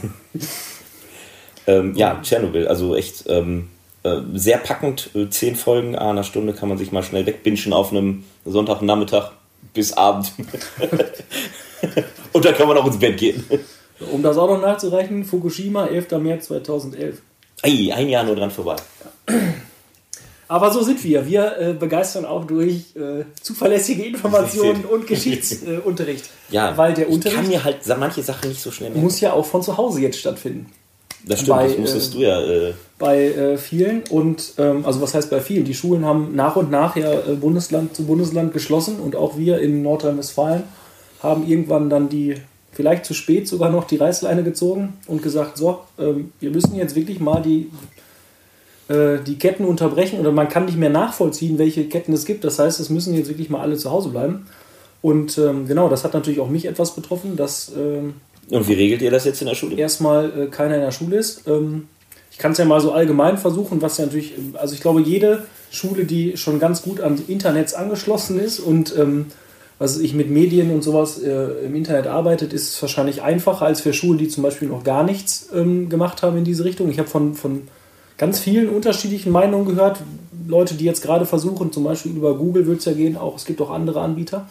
Tschernobyl, also echt sehr packend, 10 Folgen, einer Stunde kann man sich mal schnell wegbingen auf einem Sonntagnachmittag bis Abend. Und dann kann man auch ins Bett gehen. Um das auch noch nachzureichen, Fukushima, 11. März 2011. Ein Jahr nur dran vorbei. Aber so sind wir. Wir begeistern auch durch zuverlässige Informationen und Geschichtsunterricht. Weil der Unterricht kann mir halt manche Sachen nicht so schnell merken. Muss ja auch von zu Hause jetzt stattfinden. Das stimmt, das musstest du ja. Bei vielen und, also was heißt bei vielen? Die Schulen haben nach und nach Bundesland zu Bundesland geschlossen und auch wir in Nordrhein-Westfalen haben irgendwann dann vielleicht zu spät sogar noch die Reißleine gezogen und gesagt, so, wir müssen jetzt wirklich mal die Ketten unterbrechen oder man kann nicht mehr nachvollziehen, welche Ketten es gibt. Das heißt, es müssen jetzt wirklich mal alle zu Hause bleiben. Und genau, das hat natürlich auch mich etwas betroffen, dass... Und wie regelt ihr das jetzt in der Schule? Erstmal keiner in der Schule ist. Ich kann es ja mal so allgemein versuchen, was ja natürlich, also ich glaube, jede Schule, die schon ganz gut an Internets angeschlossen ist und was ich mit Medien und sowas im Internet arbeitet, ist es wahrscheinlich einfacher als für Schulen, die zum Beispiel noch gar nichts gemacht haben in diese Richtung. Ich habe von ganz vielen unterschiedlichen Meinungen gehört. Leute, die jetzt gerade versuchen, zum Beispiel über Google wird es ja gehen, auch es gibt auch andere Anbieter.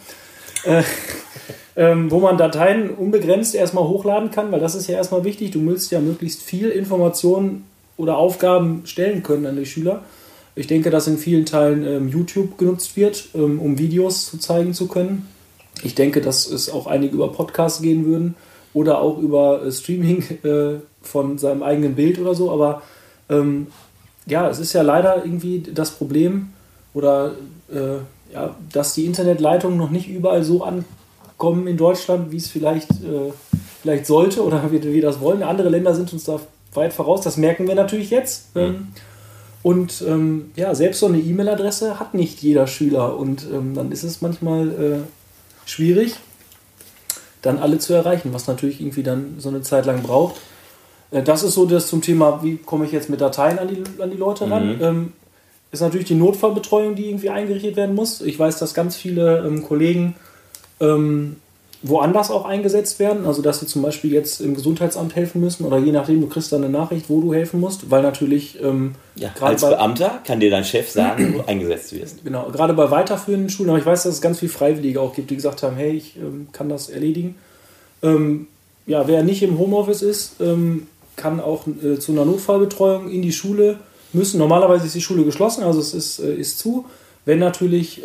Wo man Dateien unbegrenzt erstmal hochladen kann, weil das ist ja erstmal wichtig. Du willst ja möglichst viel Informationen oder Aufgaben stellen können an die Schüler. Ich denke, dass in vielen Teilen YouTube genutzt wird, um Videos zeigen zu können. Ich denke, dass es auch einige über Podcasts gehen würden oder auch über Streaming von seinem eigenen Bild oder so. Aber es ist ja leider irgendwie das Problem oder dass die Internetleitungen noch nicht überall so ankommen in Deutschland, wie es vielleicht sollte oder wie wir das wollen. Andere Länder sind uns da weit voraus, das merken wir natürlich jetzt. Und selbst so eine E-Mail-Adresse hat nicht jeder Schüler und dann ist es manchmal schwierig, dann alle zu erreichen, was natürlich irgendwie dann so eine Zeit lang braucht. Das ist so das zum Thema, wie komme ich jetzt mit Dateien an die Leute ran. Ist natürlich die Notfallbetreuung, die irgendwie eingerichtet werden muss. Ich weiß, dass ganz viele Kollegen woanders auch eingesetzt werden. Also dass sie zum Beispiel jetzt im Gesundheitsamt helfen müssen oder je nachdem, du kriegst dann eine Nachricht, wo du helfen musst, weil natürlich... als Beamter kann dir dein Chef sagen, wo du eingesetzt wirst. Genau, gerade bei weiterführenden Schulen, aber ich weiß, dass es ganz viele Freiwillige auch gibt, die gesagt haben, hey, ich kann das erledigen. Wer nicht im Homeoffice ist, kann auch zu einer Notfallbetreuung in die Schule müssen. Normalerweise ist die Schule geschlossen, also es ist zu. Wenn natürlich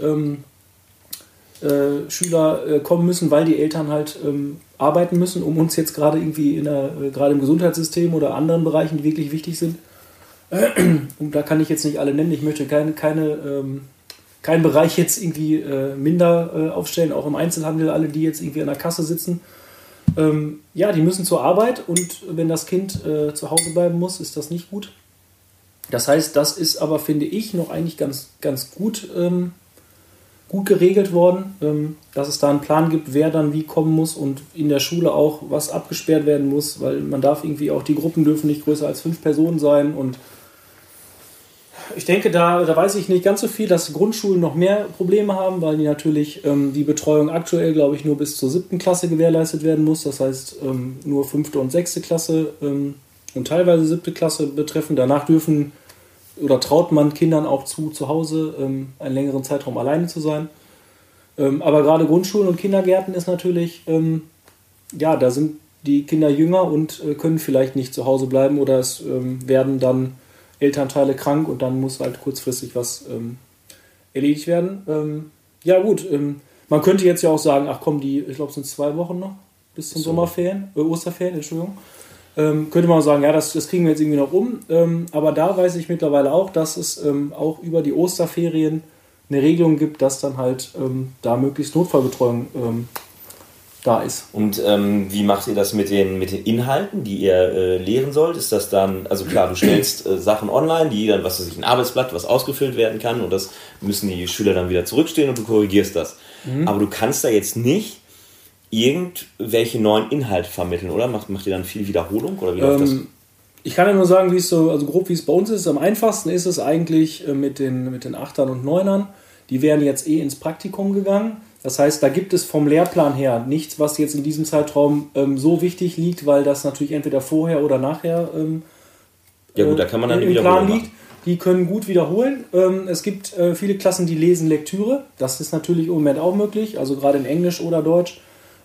Schüler kommen müssen, weil die Eltern halt arbeiten müssen, um uns jetzt gerade irgendwie gerade im Gesundheitssystem oder anderen Bereichen, die wirklich wichtig sind. Und da kann ich jetzt nicht alle nennen. Ich möchte keinen Bereich jetzt irgendwie minder aufstellen, auch im Einzelhandel, alle, die jetzt irgendwie an der Kasse sitzen. Die müssen zur Arbeit und wenn das Kind zu Hause bleiben muss, ist das nicht gut. Das heißt, das ist aber, finde ich, noch eigentlich ganz, ganz gut geregelt worden, dass es da einen Plan gibt, wer dann wie kommen muss und in der Schule auch was abgesperrt werden muss, weil man darf irgendwie auch, die Gruppen dürfen nicht größer als 5 Personen sein und ich denke, da weiß ich nicht ganz so viel, dass Grundschulen noch mehr Probleme haben, weil die natürlich die Betreuung aktuell, glaube ich, nur bis zur 7. Klasse gewährleistet werden muss. Das heißt, nur 5. und 6. Klasse und teilweise 7. Klasse betreffen. Danach dürfen oder traut man Kindern auch zu Hause einen längeren Zeitraum alleine zu sein. Aber gerade Grundschulen und Kindergärten ist natürlich, da sind die Kinder jünger und können vielleicht nicht zu Hause bleiben oder es werden dann Elternteile krank und dann muss halt kurzfristig was erledigt werden. Man könnte jetzt ja auch sagen, ich glaube es sind 2 Wochen noch bis zum Osterferien, Entschuldigung. Könnte man auch sagen, das kriegen wir jetzt irgendwie noch aber da weiß ich mittlerweile auch, dass es auch über die Osterferien eine Regelung gibt, dass dann halt da möglichst Notfallbetreuung da ist. Und wie macht ihr das mit den Inhalten, die ihr lehren sollt? Ist das dann, also klar, du stellst Sachen online, die dann, ein Arbeitsblatt, was ausgefüllt werden kann und das müssen die Schüler dann wieder zurückstehen und du korrigierst das. Aber du kannst da jetzt nicht irgendwelche neuen Inhalte vermitteln, oder? Macht ihr dann viel Wiederholung oder wie läuft das? Ich kann ja nur sagen, grob wie es bei uns ist. Am einfachsten ist es eigentlich mit den 8ern und 9ern. Die wären jetzt ins Praktikum gegangen. Das heißt, da gibt es vom Lehrplan her nichts, was jetzt in diesem Zeitraum so wichtig liegt, weil das natürlich entweder vorher oder nachher da kann man dann im Plan liegt. Die können gut wiederholen. Es gibt viele Klassen, die lesen Lektüre. Das ist natürlich im Moment auch möglich, also gerade in Englisch oder Deutsch.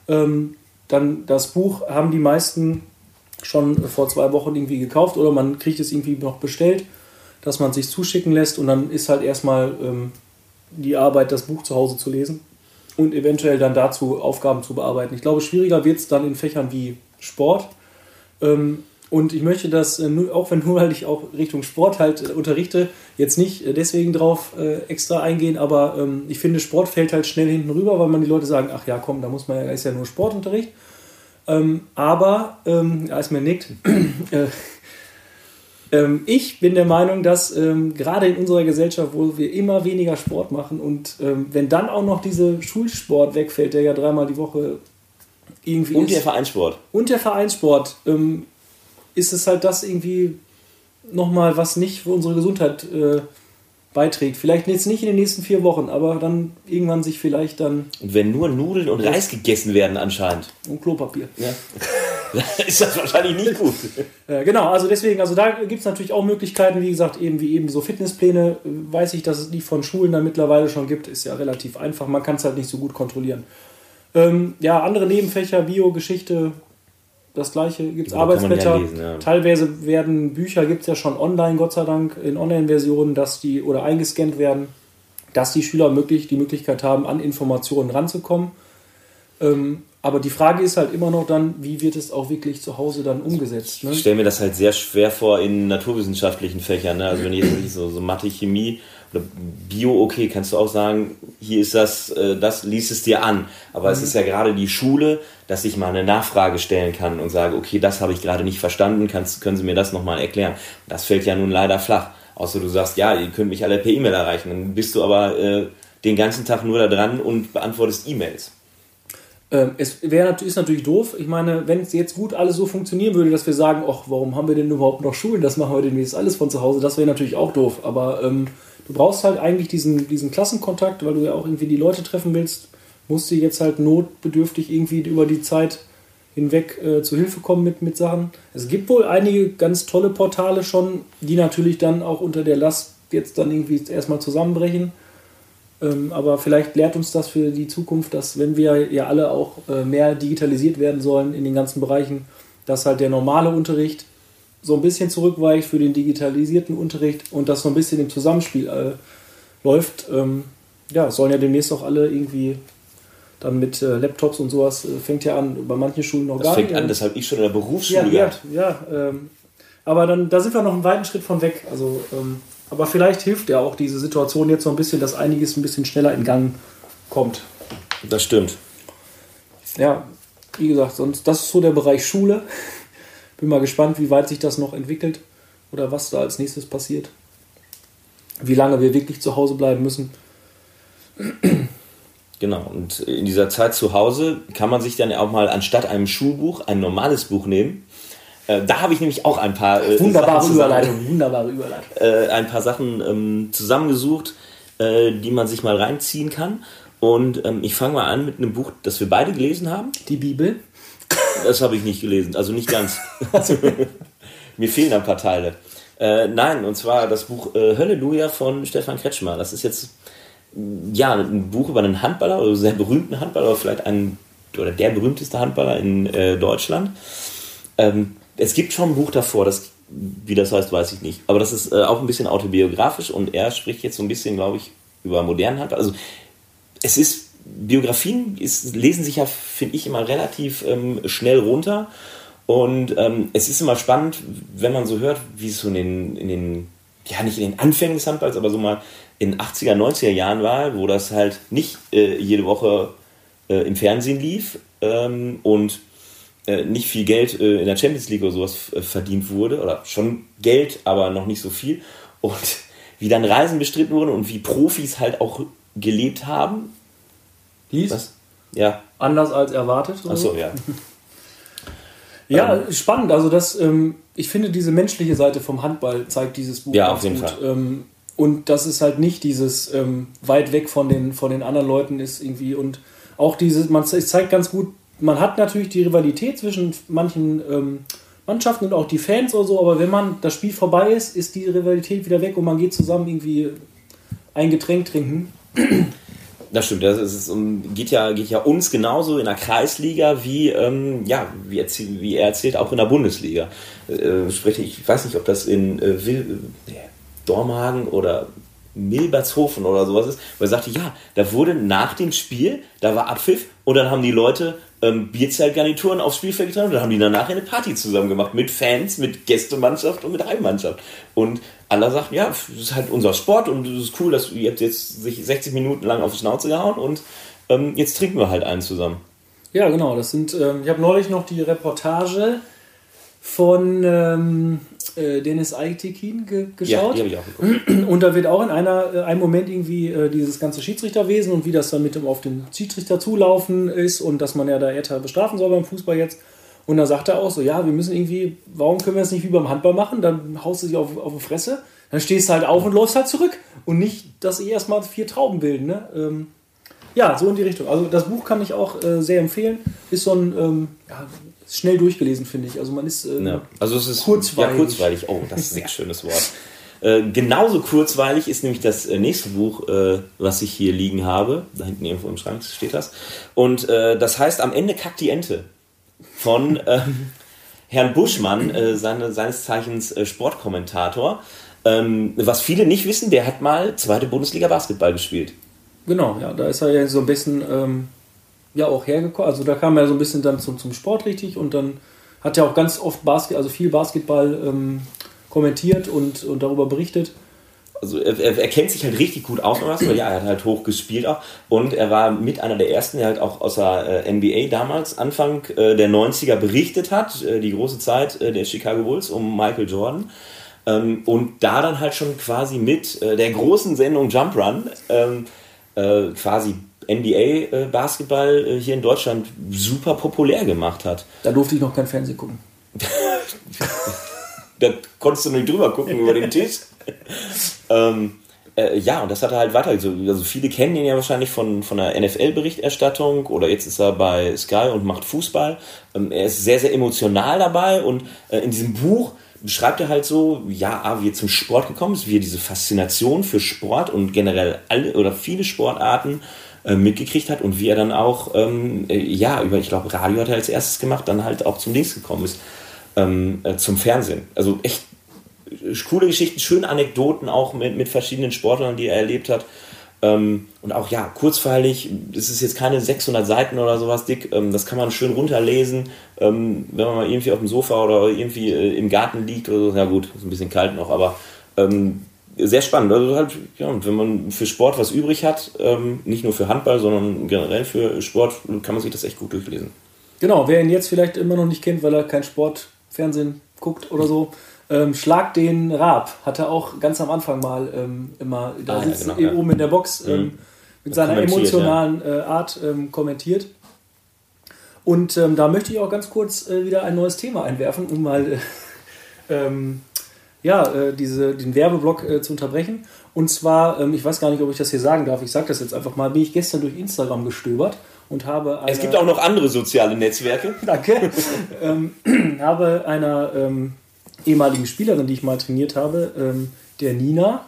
Dann das Buch haben die meisten schon vor 2 Wochen irgendwie gekauft oder man kriegt es irgendwie noch bestellt, dass man es sich zuschicken lässt und dann ist halt erstmal die Arbeit, das Buch zu Hause zu lesen und eventuell dann dazu Aufgaben zu bearbeiten. Ich glaube, schwieriger wird es dann in Fächern wie Sport. Und ich möchte das, auch weil ich auch Richtung Sport halt unterrichte, jetzt nicht deswegen drauf extra eingehen, aber ich finde, Sport fällt halt schnell hinten rüber, weil man die Leute sagen, ach ja, komm, da ist ja nur Sportunterricht. Als mir nickt, ich bin der Meinung, dass gerade in unserer Gesellschaft, wo wir immer weniger Sport machen und wenn dann auch noch dieser Schulsport wegfällt, der ja 3-mal die Woche irgendwie und der Vereinssport. Und der Vereinssport, ist es halt das irgendwie nochmal, was nicht für unsere Gesundheit beiträgt. Vielleicht jetzt nicht in den nächsten 4 Wochen, aber dann irgendwann sich vielleicht dann... Und wenn nur Nudeln und Reis gegessen werden anscheinend. Und Klopapier. Ja. Ist das wahrscheinlich nicht gut. Genau, also deswegen, da gibt es natürlich auch Möglichkeiten, wie gesagt, eben so Fitnesspläne, weiß ich, dass es die von Schulen da mittlerweile schon gibt, ist ja relativ einfach, man kann es halt nicht so gut kontrollieren. Andere Nebenfächer, Bio, Geschichte, das gleiche, gibt es Arbeitsblätter, teilweise werden Bücher, gibt es ja schon online, Gott sei Dank, in Online-Versionen, oder eingescannt werden, dass die Schüler die Möglichkeit haben, an Informationen ranzukommen. Aber die Frage ist halt immer noch dann, wie wird es auch wirklich zu Hause dann umgesetzt? Ne? Ich stelle mir das halt sehr schwer vor in naturwissenschaftlichen Fächern. Ne? Also wenn ich jetzt so Mathe, Chemie oder Bio, okay, kannst du auch sagen, hier ist das liest es dir an. Aber es ist ja gerade die Schule, dass ich mal eine Nachfrage stellen kann und sage, okay, das habe ich gerade nicht verstanden, können Sie mir das nochmal erklären? Das fällt ja nun leider flach. Außer du sagst, ja, ihr könnt mich alle per E-Mail erreichen. Dann bist du aber den ganzen Tag nur da dran und beantwortest E-Mails. Ist natürlich doof. Ich meine, wenn es jetzt gut alles so funktionieren würde, dass wir sagen, warum haben wir denn überhaupt noch Schulen? Das machen wir demnächst alles von zu Hause. Das wäre natürlich auch doof. Aber du brauchst halt eigentlich diesen Klassenkontakt, weil du ja auch irgendwie die Leute treffen willst. musste jetzt halt notbedürftig irgendwie über die Zeit hinweg zu Hilfe kommen mit Sachen. Es gibt wohl einige ganz tolle Portale schon, die natürlich dann auch unter der Last jetzt dann irgendwie erstmal zusammenbrechen. Aber vielleicht lehrt uns das für die Zukunft, dass wenn wir ja alle auch mehr digitalisiert werden sollen in den ganzen Bereichen, dass halt der normale Unterricht so ein bisschen zurückweicht für den digitalisierten Unterricht und das so ein bisschen im Zusammenspiel läuft. Sollen ja demnächst auch alle irgendwie dann mit Laptops und sowas, fängt ja an, bei manchen Schulen noch gar nicht. Das fängt an, das habe ich schon in der Berufsschule gehabt. Aber da sind wir noch einen weiten Schritt von weg. Also, aber vielleicht hilft ja auch diese Situation jetzt so ein bisschen, dass einiges ein bisschen schneller in Gang kommt. Das stimmt. Ja, wie gesagt, sonst das ist so der Bereich Schule. Bin mal gespannt, wie weit sich das noch entwickelt oder was da als nächstes passiert. Wie lange wir wirklich zu Hause bleiben müssen. Genau, und in dieser Zeit zu Hause kann man sich dann auch mal anstatt einem Schulbuch ein normales Buch nehmen. Da habe ich nämlich auch ein paar wunderbare Überleitung. Ein paar Sachen zusammengesucht, die man sich mal reinziehen kann. Und ich fange mal an mit einem Buch, das wir beide gelesen haben. Die Bibel? Das habe ich nicht gelesen, also nicht ganz. Mir fehlen ein paar Teile. Nein, und zwar das Buch Halleluja von Stefan Kretschmer. Das ist jetzt ein Buch über einen Handballer, also sehr berühmten Handballer, oder vielleicht der berühmteste Handballer in Deutschland. Es gibt schon ein Buch davor, wie das heißt, weiß ich nicht. Aber das ist auch ein bisschen autobiografisch und er spricht jetzt so ein bisschen, glaube ich, über modernen Handball. Also Biografien lesen sich ja, finde ich, immer relativ schnell runter. Und es ist immer spannend, wenn man so hört, wie es so nicht in den Anfängen des Handballs, aber so mal in den 80er, 90er Jahren war, wo das halt nicht jede Woche im Fernsehen lief und nicht viel Geld in der Champions League oder sowas verdient wurde, oder schon Geld, aber noch nicht so viel. Und wie dann Reisen bestritten wurden und wie Profis halt auch gelebt haben. Was? Ja. Anders als erwartet. Achso, ja. Ja, spannend. Also ich finde, diese menschliche Seite vom Handball zeigt dieses Buch ganz gut. Fall. Und das ist halt nicht dieses weit weg von den anderen Leuten ist irgendwie. Und auch es zeigt ganz gut, man hat natürlich die Rivalität zwischen manchen Mannschaften und auch die Fans oder so, aber wenn das Spiel vorbei ist die Rivalität wieder weg und man geht zusammen irgendwie ein Getränk trinken. Das stimmt, geht ja uns genauso in der Kreisliga wie er erzählt, auch in der Bundesliga. Ich weiß nicht, ob das in Dormagen oder Milbertshofen oder sowas ist, weil er sagte, ja, da wurde nach dem Spiel, da war Abpfiff und dann haben die Leute Bierzeltgarnituren aufs Spielfeld getragen und dann haben die danach eine Party zusammen gemacht mit Fans, mit Gästemannschaft und mit Heimmannschaft. Und alle sagten, ja, das ist halt unser Sport und es ist cool, dass ihr habt jetzt sich 60 Minuten lang auf die Schnauze gehauen und jetzt trinken wir halt einen zusammen. Ja, genau, das sind, ich habe neulich noch die Reportage von Dennis Aytekin geschaut. Ja, die habe ich auch geguckt. Und da wird auch in einem Moment irgendwie dieses ganze Schiedsrichterwesen und wie das dann auf den Schiedsrichter zulaufen ist und dass man ja da härter bestrafen soll beim Fußball jetzt. Und da sagt er auch so, ja, wir müssen irgendwie, warum können wir das nicht wie beim Handball machen? Dann haust du dich auf die Fresse, dann stehst du halt auf und läufst halt zurück. Und nicht, dass erstmal 4 Trauben bilden. Ne? Ja, so in die Richtung. Also das Buch kann ich auch sehr empfehlen. Ist so ein, schnell durchgelesen, finde ich. Also man ist also es ist kurzweilig. Ja, kurzweilig. Oh, das ist ein schönes Wort. Genauso kurzweilig ist nämlich das nächste Buch, was ich hier liegen habe. Da hinten irgendwo im Schrank steht das. Und das heißt Am Ende kackt die Ente. Von Herrn Buschmann, seines Zeichens Sportkommentator. Was viele nicht wissen, der hat mal 2. Bundesliga Basketball gespielt. Genau, ja, da ist er ja so ein bisschen auch hergekommen. Also da kam er so ein bisschen dann zum Sport richtig und dann hat er auch ganz oft viel Basketball kommentiert und darüber berichtet. Also er kennt sich halt richtig gut aus, weil er hat halt hoch gespielt auch und er war mit einer der ersten, der halt auch aus der NBA damals Anfang der 90er berichtet hat, die große Zeit der Chicago Bulls um Michael Jordan und da dann halt schon quasi mit der großen Sendung Jump Run quasi NBA-Basketball hier in Deutschland super populär gemacht hat. Da durfte ich noch kein Fernsehen gucken. Da konntest du nicht drüber gucken über den Tisch. Ja, und das hat er halt weiter. Also viele kennen ihn ja wahrscheinlich von der NFL-Berichterstattung oder jetzt ist er bei Sky und macht Fußball. Er ist sehr, sehr emotional dabei und in diesem Buch beschreibt er halt so, ja, wie er zum Sport gekommen ist, wie er diese Faszination für Sport und generell alle oder viele Sportarten mitgekriegt hat und wie er dann auch, ich glaube, Radio hat er als erstes gemacht, dann halt auch zum Dings gekommen ist, zum Fernsehen. Also echt coole Geschichten, schöne Anekdoten auch mit verschiedenen Sportlern, die er erlebt hat. Und auch, ja, kurzweilig, es ist jetzt keine 600 Seiten oder sowas dick, das kann man schön runterlesen, wenn man mal irgendwie auf dem Sofa oder irgendwie im Garten liegt oder so. Ja gut, ist ein bisschen kalt noch, aber sehr spannend. Also halt, ja, und wenn man für Sport was übrig hat, nicht nur für Handball, sondern generell für Sport, kann man sich das echt gut durchlesen. Genau, wer ihn jetzt vielleicht immer noch nicht kennt, weil er kein Sportfernsehen guckt oder so, Schlag den Raab hat er auch ganz am Anfang mal immer, da sitzt oben in der Box mit seiner emotionalen Art kommentiert. Und da möchte ich auch ganz kurz wieder ein neues Thema einwerfen, um mal den Werbeblock zu unterbrechen. Und zwar, ich weiß gar nicht, ob ich das hier sagen darf, ich sage das jetzt einfach mal, bin ich gestern durch Instagram gestöbert und habe es gibt auch noch andere soziale Netzwerke. Danke. Habe einer ehemaligen Spielerin, die ich mal trainiert habe, der Nina,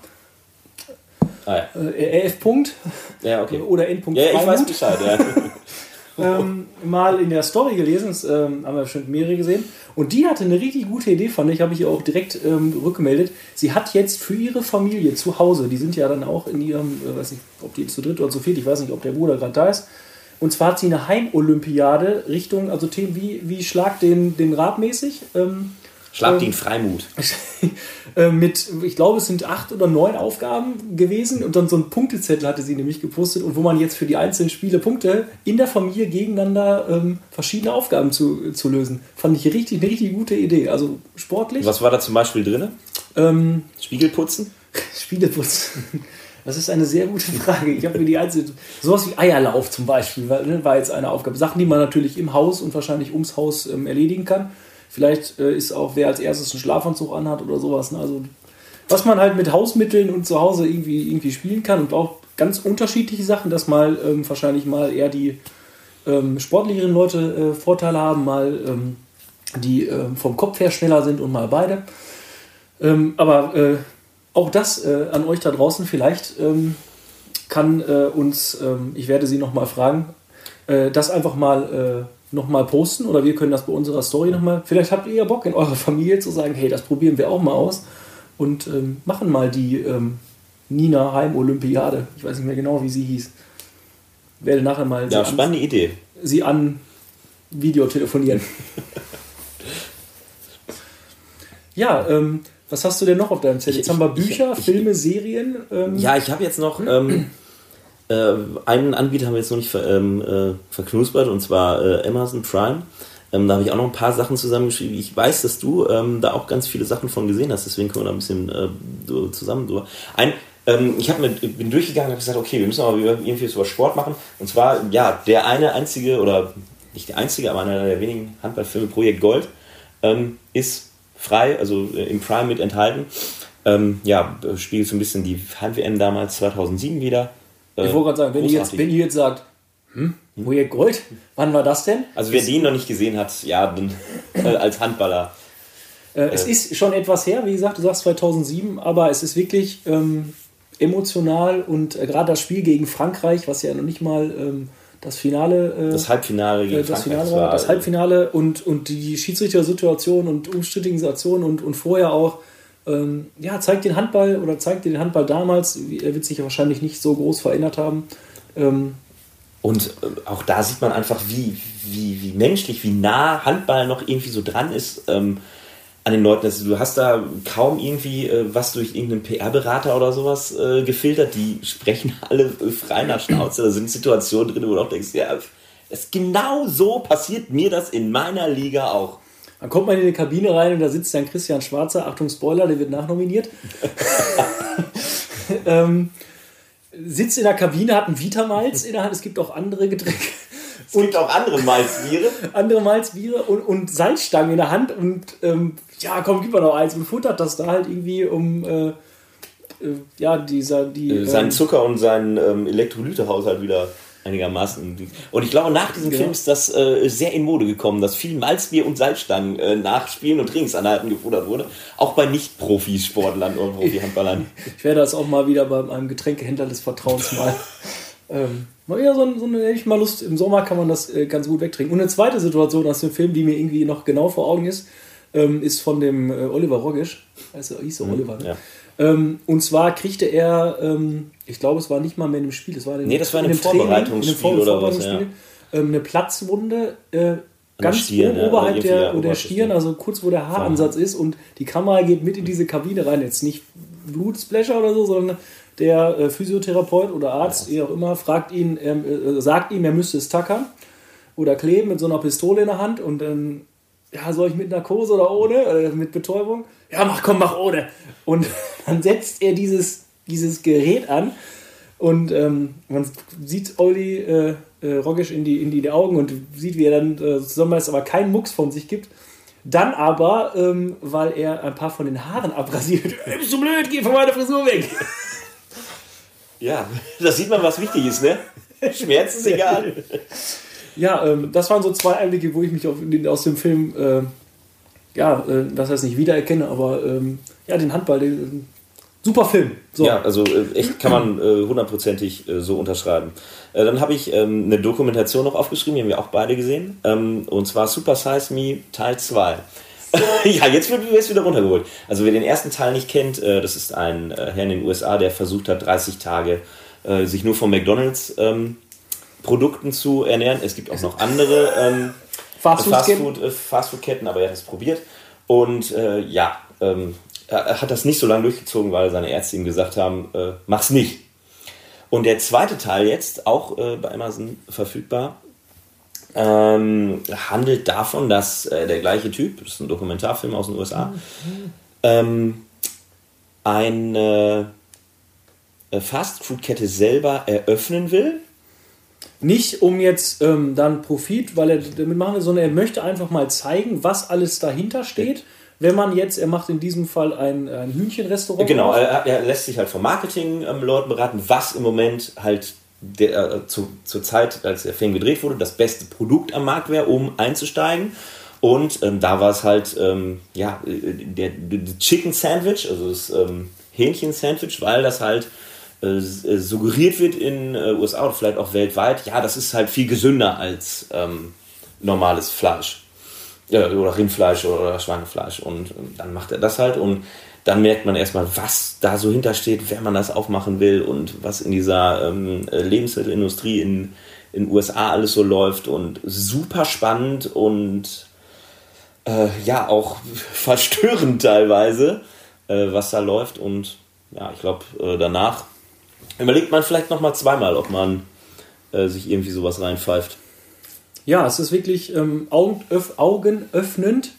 RF. Ja, okay. Oder N. Ja, ich weiß Bescheid, ja. Mal in der Story gelesen, das haben wir bestimmt mehrere gesehen, und die hatte eine richtig gute Idee, fand ich, habe ich ihr auch direkt rückgemeldet. Sie hat jetzt für ihre Familie zu Hause, die sind ja dann auch in ihrem, weiß nicht, ob die zu dritt oder zu viert, ich weiß nicht, ob der Bruder gerade da ist, und zwar hat sie eine Heimolympiade Richtung, also Themen wie Schlag den Raab mäßig, Schlag den Freimut. Mit, ich glaube, es sind 8 oder 9 Aufgaben gewesen und dann so einen Punktezettel hatte sie nämlich gepostet und wo man jetzt für die einzelnen Spiele Punkte in der Familie gegeneinander verschiedene Aufgaben zu lösen. Fand ich eine richtig gute Idee. Also sportlich. Was war da zum Beispiel drin? Spiegelputzen? Spiegelputzen. Das ist eine sehr gute Frage. Ich habe mir die einzelnen, sowas wie Eierlauf zum Beispiel, war jetzt eine Aufgabe. Sachen, die man natürlich im Haus und wahrscheinlich ums Haus erledigen kann. Vielleicht ist auch, wer als erstes einen Schlafanzug anhat oder sowas. Ne? Also, was man halt mit Hausmitteln und zu Hause irgendwie spielen kann und auch ganz unterschiedliche Sachen, dass mal wahrscheinlich mal eher die sportlicheren Leute Vorteile haben, mal die vom Kopf her schneller sind und mal beide. Aber auch das an euch da draußen, vielleicht kann uns, ich werde sie nochmal fragen, das einfach mal nochmal posten oder wir können das bei unserer Story nochmal. Vielleicht habt ihr ja Bock in eurer Familie zu sagen, hey, das probieren wir auch mal aus und machen mal die Nina Heim-Olympiade. Ich weiß nicht mehr genau, wie sie hieß. Werde nachher mal spannende Idee. Sie an Video telefonieren. Ja, was hast du denn noch auf deinem Zettel? Jetzt haben wir Bücher, Filme, Serien. Ja, ich habe jetzt noch einen Anbieter haben wir jetzt noch nicht verknuspert, und zwar Amazon Prime. Da habe ich auch noch ein paar Sachen zusammengeschrieben. Ich weiß, dass du da auch ganz viele Sachen von gesehen hast, deswegen können wir da ein bisschen zusammen drüber. Ich bin durchgegangen und habe gesagt, okay, wir müssen aber irgendwie über Sport machen. Und zwar, ja, der einzige, oder nicht der einzige, aber einer der wenigen Handballfilme, Projekt Gold, ist frei, also im Prime mit enthalten. Spiegelt so ein bisschen die Heim-WM damals 2007 wieder. Ich wollte gerade sagen, wenn ihr jetzt sagt, Projekt Gold, wann war das denn? Also wer den noch nicht gesehen hat, ja, dann als Handballer. Es ist schon etwas her, wie gesagt, du sagst 2007, aber es ist wirklich emotional und gerade das Spiel gegen Frankreich, was ja noch nicht mal das Finale... das Halbfinale gegen Frankreich war. Das Halbfinale und die Schiedsrichter-Situation und umstrittigen Situationen und vorher auch zeigt den Handball damals, er wird sich wahrscheinlich nicht so groß verändert haben. Und auch da sieht man einfach, wie menschlich, wie nah Handball noch irgendwie so dran ist an den Leuten. Also du hast da kaum irgendwie was durch irgendeinen PR-Berater oder sowas gefiltert. Die sprechen alle frei nach Schnauze. Da sind Situationen drin, wo du auch denkst, ja, genau so passiert mir das in meiner Liga auch. Dann kommt man in die Kabine rein und da sitzt dann Christian Schwarzer, Achtung Spoiler, der wird nachnominiert. Sitzt in der Kabine, hat einen Vitamalz in der Hand, es gibt auch andere Getränke. Es gibt auch andere Malzbiere. Andere Malzbiere und Salzstangen in der Hand und komm, gib mir noch eins und futtert das da halt irgendwie um seinen Zucker und seinen Elektrolytehaushalt wieder einigermaßen. Und ich glaube, nach diesem Film ist das sehr in Mode gekommen, dass viel Malzbier und Salzstangen nach Spielen und Trainingsanhalten gefordert wurde. Auch bei Nicht-Profisportlern oder Profi-Handballern. Ich werde das auch mal wieder bei einem Getränkehändler des Vertrauens mal. Mal wieder hätte ich mal Lust. Im Sommer kann man das ganz gut wegtrinken. Und eine zweite Situation aus dem Film, die mir irgendwie noch genau vor Augen ist von dem Oliver Rogisch. Also hieß so Oliver, ne? Ja. Und zwar kriegte er, ich glaube, es war nicht mal mehr in dem Spiel, es war in einem Vorbereitungsspiel oder was, ja. Eine Platzwunde ganz Stirn, oberhalb der Stirn, also kurz wo der Haaransatz ist, und die Kamera geht mit in diese Kabine rein. Jetzt nicht Blutsplasher oder so, sondern der Physiotherapeut oder Arzt, wie auch immer, sagt ihm, er müsste es tackern oder kleben mit so einer Pistole in der Hand, und dann, soll ich mit Narkose oder ohne, mit Betäubung? Ja, mach ohne. Und dann setzt er dieses Gerät an, und man sieht Olli Rogisch in die Augen und sieht, wie er dann zusammenbeißt, aber keinen Mucks von sich gibt. Dann aber, weil er ein paar von den Haaren abrasiert, bist du blöd, geh von meiner Frisur weg. Ja, da sieht man, was wichtig ist, ne? Schmerz ist egal. Ja, das waren so zwei Einblicke, wo ich mich aus dem Film, das heißt nicht wiedererkenne, aber den Handball, super Film. So. Ja, also echt kann man hundertprozentig so unterschreiben. Dann habe ich eine Dokumentation noch aufgeschrieben, die haben wir auch beide gesehen, und zwar Super Size Me Teil 2. Ja, jetzt wird es wieder runtergeholt. Also wer den ersten Teil nicht kennt, das ist ein Herr in den USA, der versucht hat, 30 Tage sich nur von McDonald's Produkten zu ernähren. Es gibt auch noch andere Fastfood-Ketten, aber er hat es probiert. Und er hat das nicht so lange durchgezogen, weil seine Ärzte ihm gesagt haben, mach's nicht. Und der zweite Teil jetzt, auch bei Amazon verfügbar, handelt davon, dass der gleiche Typ, das ist ein Dokumentarfilm aus den USA, eine Fastfood-Kette selber eröffnen will. Nicht um jetzt dann Profit, weil er damit machen will, sondern er möchte einfach mal zeigen, was alles dahinter steht. Wenn man jetzt, er macht in diesem Fall ein Hühnchenrestaurant. Genau, er lässt sich halt vom Marketing-Leuten beraten, was im Moment halt zur Zeit, als der Film gedreht wurde, das beste Produkt am Markt wäre, um einzusteigen. Und da war es halt der Chicken Sandwich, also das Hähnchen-Sandwich, weil das halt suggeriert wird in USA oder vielleicht auch weltweit, ja, das ist halt viel gesünder als normales Fleisch. Oder Rindfleisch oder Schweinefleisch. Und dann macht er das halt, und dann merkt man erstmal, was da so hintersteht, wenn man das aufmachen will und was in dieser Lebensmittelindustrie in den USA alles so läuft, und super spannend und auch verstörend teilweise, was da läuft. Und ja, ich glaube, danach überlegt man vielleicht nochmal zweimal, ob man sich irgendwie sowas reinpfeift. Ja, es ist wirklich augenöffnend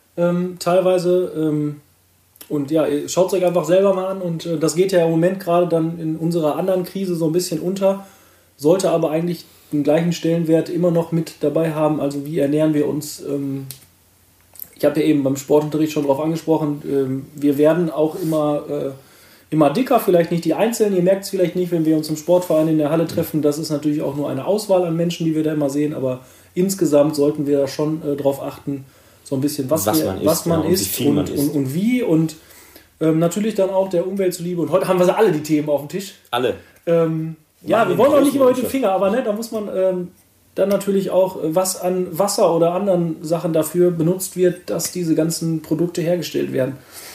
teilweise. Und ja, schaut es euch einfach selber mal an. Und das geht ja im Moment gerade dann in unserer anderen Krise so ein bisschen unter. Sollte aber eigentlich den gleichen Stellenwert immer noch mit dabei haben. Also wie ernähren wir uns? Ich habe ja eben beim Sportunterricht schon drauf angesprochen. Wir werden auch immer dicker, vielleicht nicht die Einzelnen. Ihr merkt es vielleicht nicht, wenn wir uns im Sportverein in der Halle treffen. Das ist natürlich auch nur eine Auswahl an Menschen, die wir da immer sehen. Aber insgesamt sollten wir da schon drauf achten, so ein bisschen, was man isst und wie. Und natürlich dann auch der Umwelt zuliebe. Und heute haben wir alle die Themen auf dem Tisch. Alle. Wir wollen auch nicht immer mit dem Finger, aber da muss man dann natürlich auch, was an Wasser oder anderen Sachen dafür benutzt wird, dass diese ganzen Produkte hergestellt werden.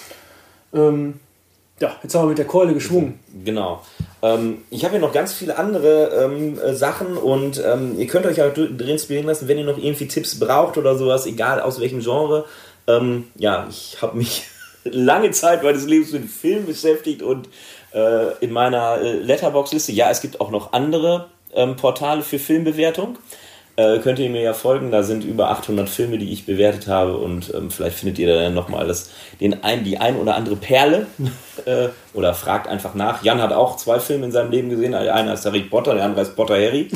Jetzt haben wir mit der Keule geschwungen. Genau. Ich habe hier noch ganz viele andere Sachen, und ihr könnt euch auch inspirieren lassen, wenn ihr noch irgendwie Tipps braucht oder sowas, egal aus welchem Genre. Ich habe mich lange Zeit meines Lebens mit Film beschäftigt, und in meiner Letterboxd-Liste, es gibt auch noch andere Portale für Filmbewertung. Könnt ihr mir ja folgen, da sind über 800 Filme, die ich bewertet habe, und vielleicht findet ihr dann nochmal die ein oder andere Perle oder fragt einfach nach. Jan hat auch 2 Filme in seinem Leben gesehen, der eine heißt Harry Potter, der andere heißt Potter Harry.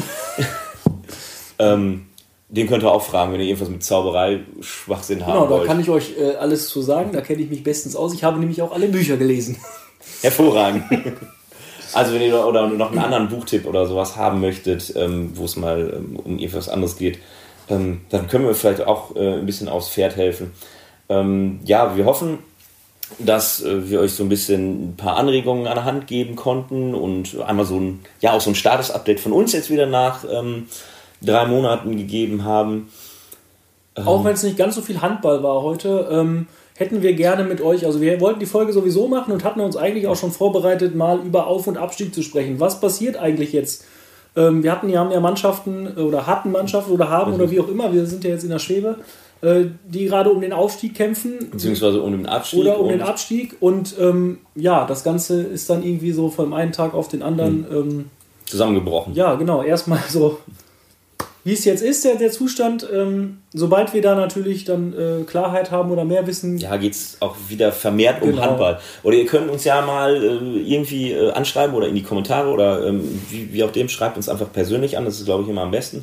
Den könnt ihr auch fragen, wenn ihr irgendwas mit Zauberei, Schwachsinn haben wollt. Genau, da kann ich euch alles zu sagen, da kenne ich mich bestens aus. Ich habe nämlich auch alle Bücher gelesen. Hervorragend. Also wenn ihr oder noch einen anderen Buchtipp oder sowas haben möchtet, wo es mal um etwas anderes geht, dann können wir vielleicht auch ein bisschen aufs Pferd helfen. Wir hoffen, dass wir euch so ein bisschen ein paar Anregungen an der Hand geben konnten und einmal auch so ein Status-Update von uns jetzt wieder nach 3 Monaten gegeben haben. Auch wenn es nicht ganz so viel Handball war heute, hätten wir gerne mit euch, also wir wollten die Folge sowieso machen und hatten uns eigentlich auch schon vorbereitet, mal über Auf- und Abstieg zu sprechen. Was passiert eigentlich jetzt? Haben ja Mannschaften oder hatten Mannschaften oder haben oder wie auch immer, wir sind ja jetzt in der Schwebe, die gerade um den Aufstieg kämpfen. Beziehungsweise um den Abstieg. Oder um den Abstieg. Und das Ganze ist dann irgendwie so vom einen Tag auf den anderen zusammengebrochen. Ja, genau. Erstmal so, wie es jetzt ist, der Zustand. Sobald wir da natürlich dann Klarheit haben oder mehr wissen. Ja, geht es auch wieder vermehrt um Handball. Oder ihr könnt uns ja mal irgendwie anschreiben oder in die Kommentare oder wie auch dem, schreibt uns einfach persönlich an. Das ist, glaube ich, immer am besten.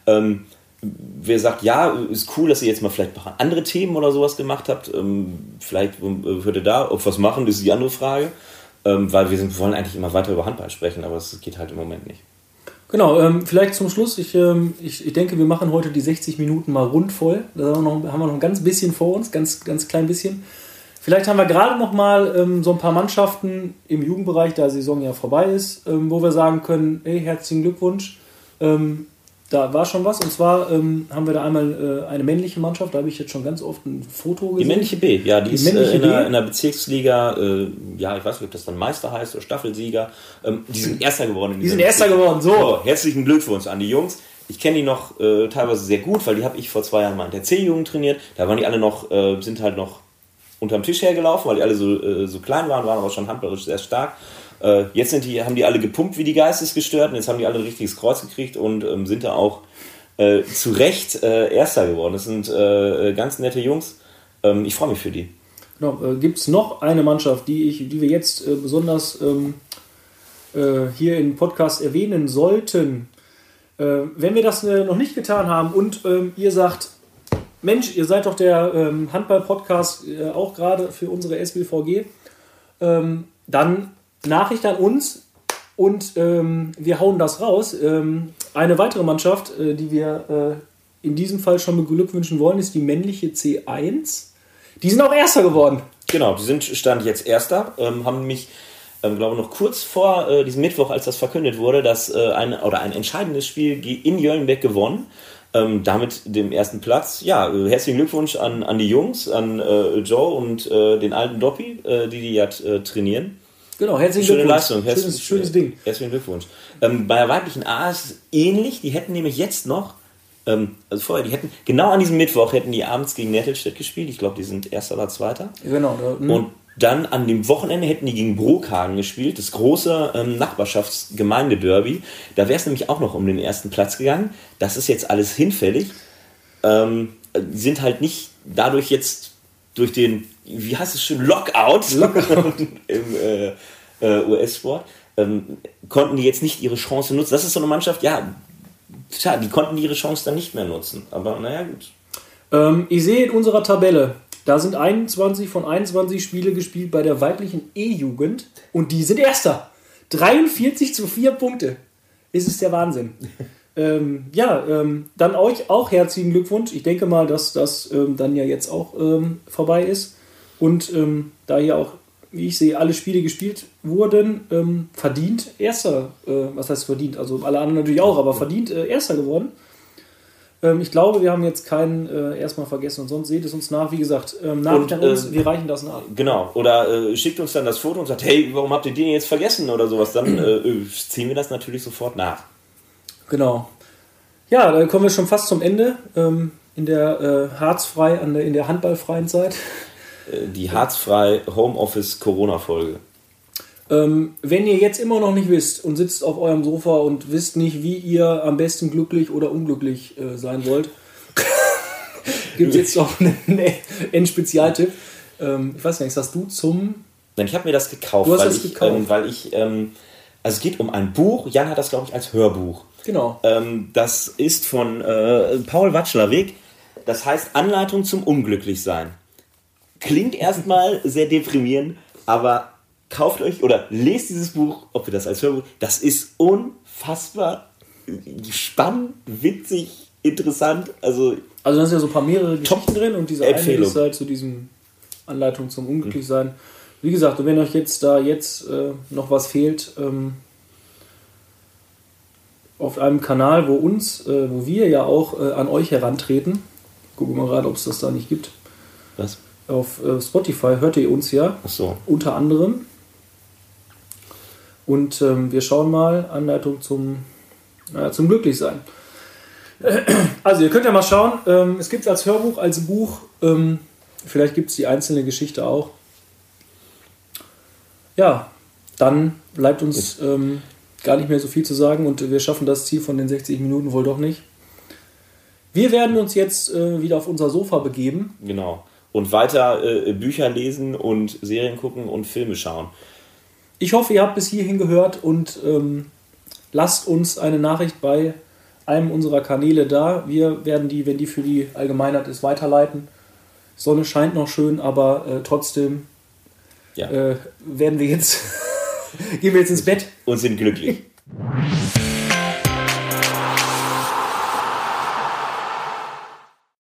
Wer sagt, ja, ist cool, dass ihr jetzt mal vielleicht noch andere Themen oder sowas gemacht habt. Vielleicht würdet ihr da was machen, das ist die andere Frage. Weil wir wollen eigentlich immer weiter über Handball sprechen, aber es geht halt im Moment nicht. Genau, vielleicht zum Schluss, ich denke, wir machen heute die 60 Minuten mal rund voll. Da haben wir noch ein ganz bisschen vor uns, ganz, ganz klein bisschen. Vielleicht haben wir gerade noch mal so ein paar Mannschaften im Jugendbereich, da die Saison ja vorbei ist, wo wir sagen können, hey, herzlichen Glückwunsch, da war schon was. Und zwar haben wir da einmal eine männliche Mannschaft, da habe ich jetzt schon ganz oft ein Foto gesehen. Die männliche B, ja, die ist in der Bezirksliga, ich weiß nicht, ob das dann Meister heißt oder Staffelsieger. Die sind Erster geworden. So, herzlichen Glückwunsch an die Jungs. Ich kenne die noch teilweise sehr gut, weil die habe ich vor 2 Jahren mal in der C-Jugend trainiert. Da waren die alle noch, sind halt noch unterm Tisch hergelaufen, weil die alle so klein waren aber schon handballerisch sehr stark. Jetzt haben die alle gepumpt wie die Geistesgestörten, jetzt haben die alle ein richtiges Kreuz gekriegt und sind da auch zu Recht Erster geworden. Das sind ganz nette Jungs. Ich freue mich für die. Genau, gibt es noch eine Mannschaft, die wir jetzt besonders hier im Podcast erwähnen sollten? Wenn wir das noch nicht getan haben und ihr sagt, Mensch, ihr seid doch der Handball-Podcast auch gerade für unsere SBVG, dann Nachricht an uns und wir hauen das raus. Eine weitere Mannschaft, die wir in diesem Fall schon beglückwünschen wollen, ist die männliche C1. Die sind auch Erster geworden. Genau, die stand jetzt Erster, haben nämlich, glaube ich, noch kurz vor diesem Mittwoch, als das verkündet wurde, dass ein entscheidendes Spiel in Jöllenbeck gewonnen. Damit dem ersten Platz. Ja, herzlichen Glückwunsch an die Jungs, an Joe und den alten Doppi, die ja trainieren. Genau, herzlichen Schöne Glückwunsch. Leistung. Schönes Ding. Herzlichen Glückwunsch. Bei der weiblichen A ist es ähnlich. Die hätten nämlich jetzt noch, genau an diesem Mittwoch hätten die abends gegen Nettelstedt gespielt. Ich glaube, die sind Erster oder Zweiter. Genau. Und dann an dem Wochenende hätten die gegen Brokhagen gespielt, das große Nachbarschaftsgemeindederby. Da wäre es nämlich auch noch um den ersten Platz gegangen. Das ist jetzt alles hinfällig. Sind halt nicht dadurch jetzt durch den, wie heißt es schön, Lockout. im US-Sport, konnten die jetzt nicht ihre Chance nutzen. Das ist so eine Mannschaft, die konnten ihre Chance dann nicht mehr nutzen. Aber naja, gut. Ich sehe in unserer Tabelle, da sind 21 von 21 Spiele gespielt bei der weiblichen E-Jugend und die sind Erster. 43-4 Punkte. Ist der Wahnsinn. Dann euch auch herzlichen Glückwunsch. Ich denke mal, dass das dann ja jetzt auch vorbei ist. Und da hier auch, wie ich sehe, alle Spiele gespielt wurden, verdient Erster. Was heißt verdient? Also alle anderen natürlich auch, aber verdient Erster geworden. Ich glaube, wir haben jetzt keinen erstmal vergessen und sonst seht es uns nach. Wie gesagt, Nachricht an uns, wir reichen das nach. Genau, oder schickt uns dann das Foto und sagt, hey, warum habt ihr den jetzt vergessen oder sowas? Dann ziehen wir das natürlich sofort nach. Genau. Ja, da kommen wir schon fast zum Ende. In der harzfrei, in der handballfreien Zeit. Die harzfrei Homeoffice Corona-Folge. Wenn ihr jetzt immer noch nicht wisst und sitzt auf eurem Sofa und wisst nicht, wie ihr am besten glücklich oder unglücklich sein wollt, gibt es jetzt noch einen Spezialtipp. Ich weiß nicht, hast du Nein, ich habe mir das gekauft. Du hast das gekauft. Also es geht um ein Buch. Jan hat das, glaube ich, als Hörbuch. Genau. Das ist von Paul Watschlerweg. Das heißt Anleitung zum Unglücklichsein. Klingt erstmal sehr deprimierend, aber kauft euch oder lest dieses Buch, ob ihr das als Hörbuch, das ist unfassbar spannend, witzig, interessant, also da sind ja so ein paar mehrere Geschichten drin und diese eine ist halt zu diesem Anleitung zum Unglücklichsein. Wie gesagt, und wenn euch jetzt noch was fehlt, auf einem Kanal, wo wir ja auch an euch herantreten, gucken wir mal gerade, ob es das da nicht gibt. Was? Auf Spotify hört ihr uns ja. Ach so. Unter anderem. Und wir schauen mal, Anleitung zum Glücklichsein. Also ihr könnt ja mal schauen, es gibt es als Hörbuch, als Buch, vielleicht gibt es die einzelne Geschichte auch. Ja, dann bleibt uns gar nicht mehr so viel zu sagen und wir schaffen das Ziel von den 60 Minuten wohl doch nicht. Wir werden uns jetzt wieder auf unser Sofa begeben. Genau. Und weiter Bücher lesen und Serien gucken und Filme schauen. Ich hoffe, ihr habt bis hierhin gehört und lasst uns eine Nachricht bei einem unserer Kanäle da. Wir werden die, wenn die für die Allgemeinheit ist, weiterleiten. Sonne scheint noch schön, aber trotzdem gehen wir jetzt ins Bett. Und sind glücklich.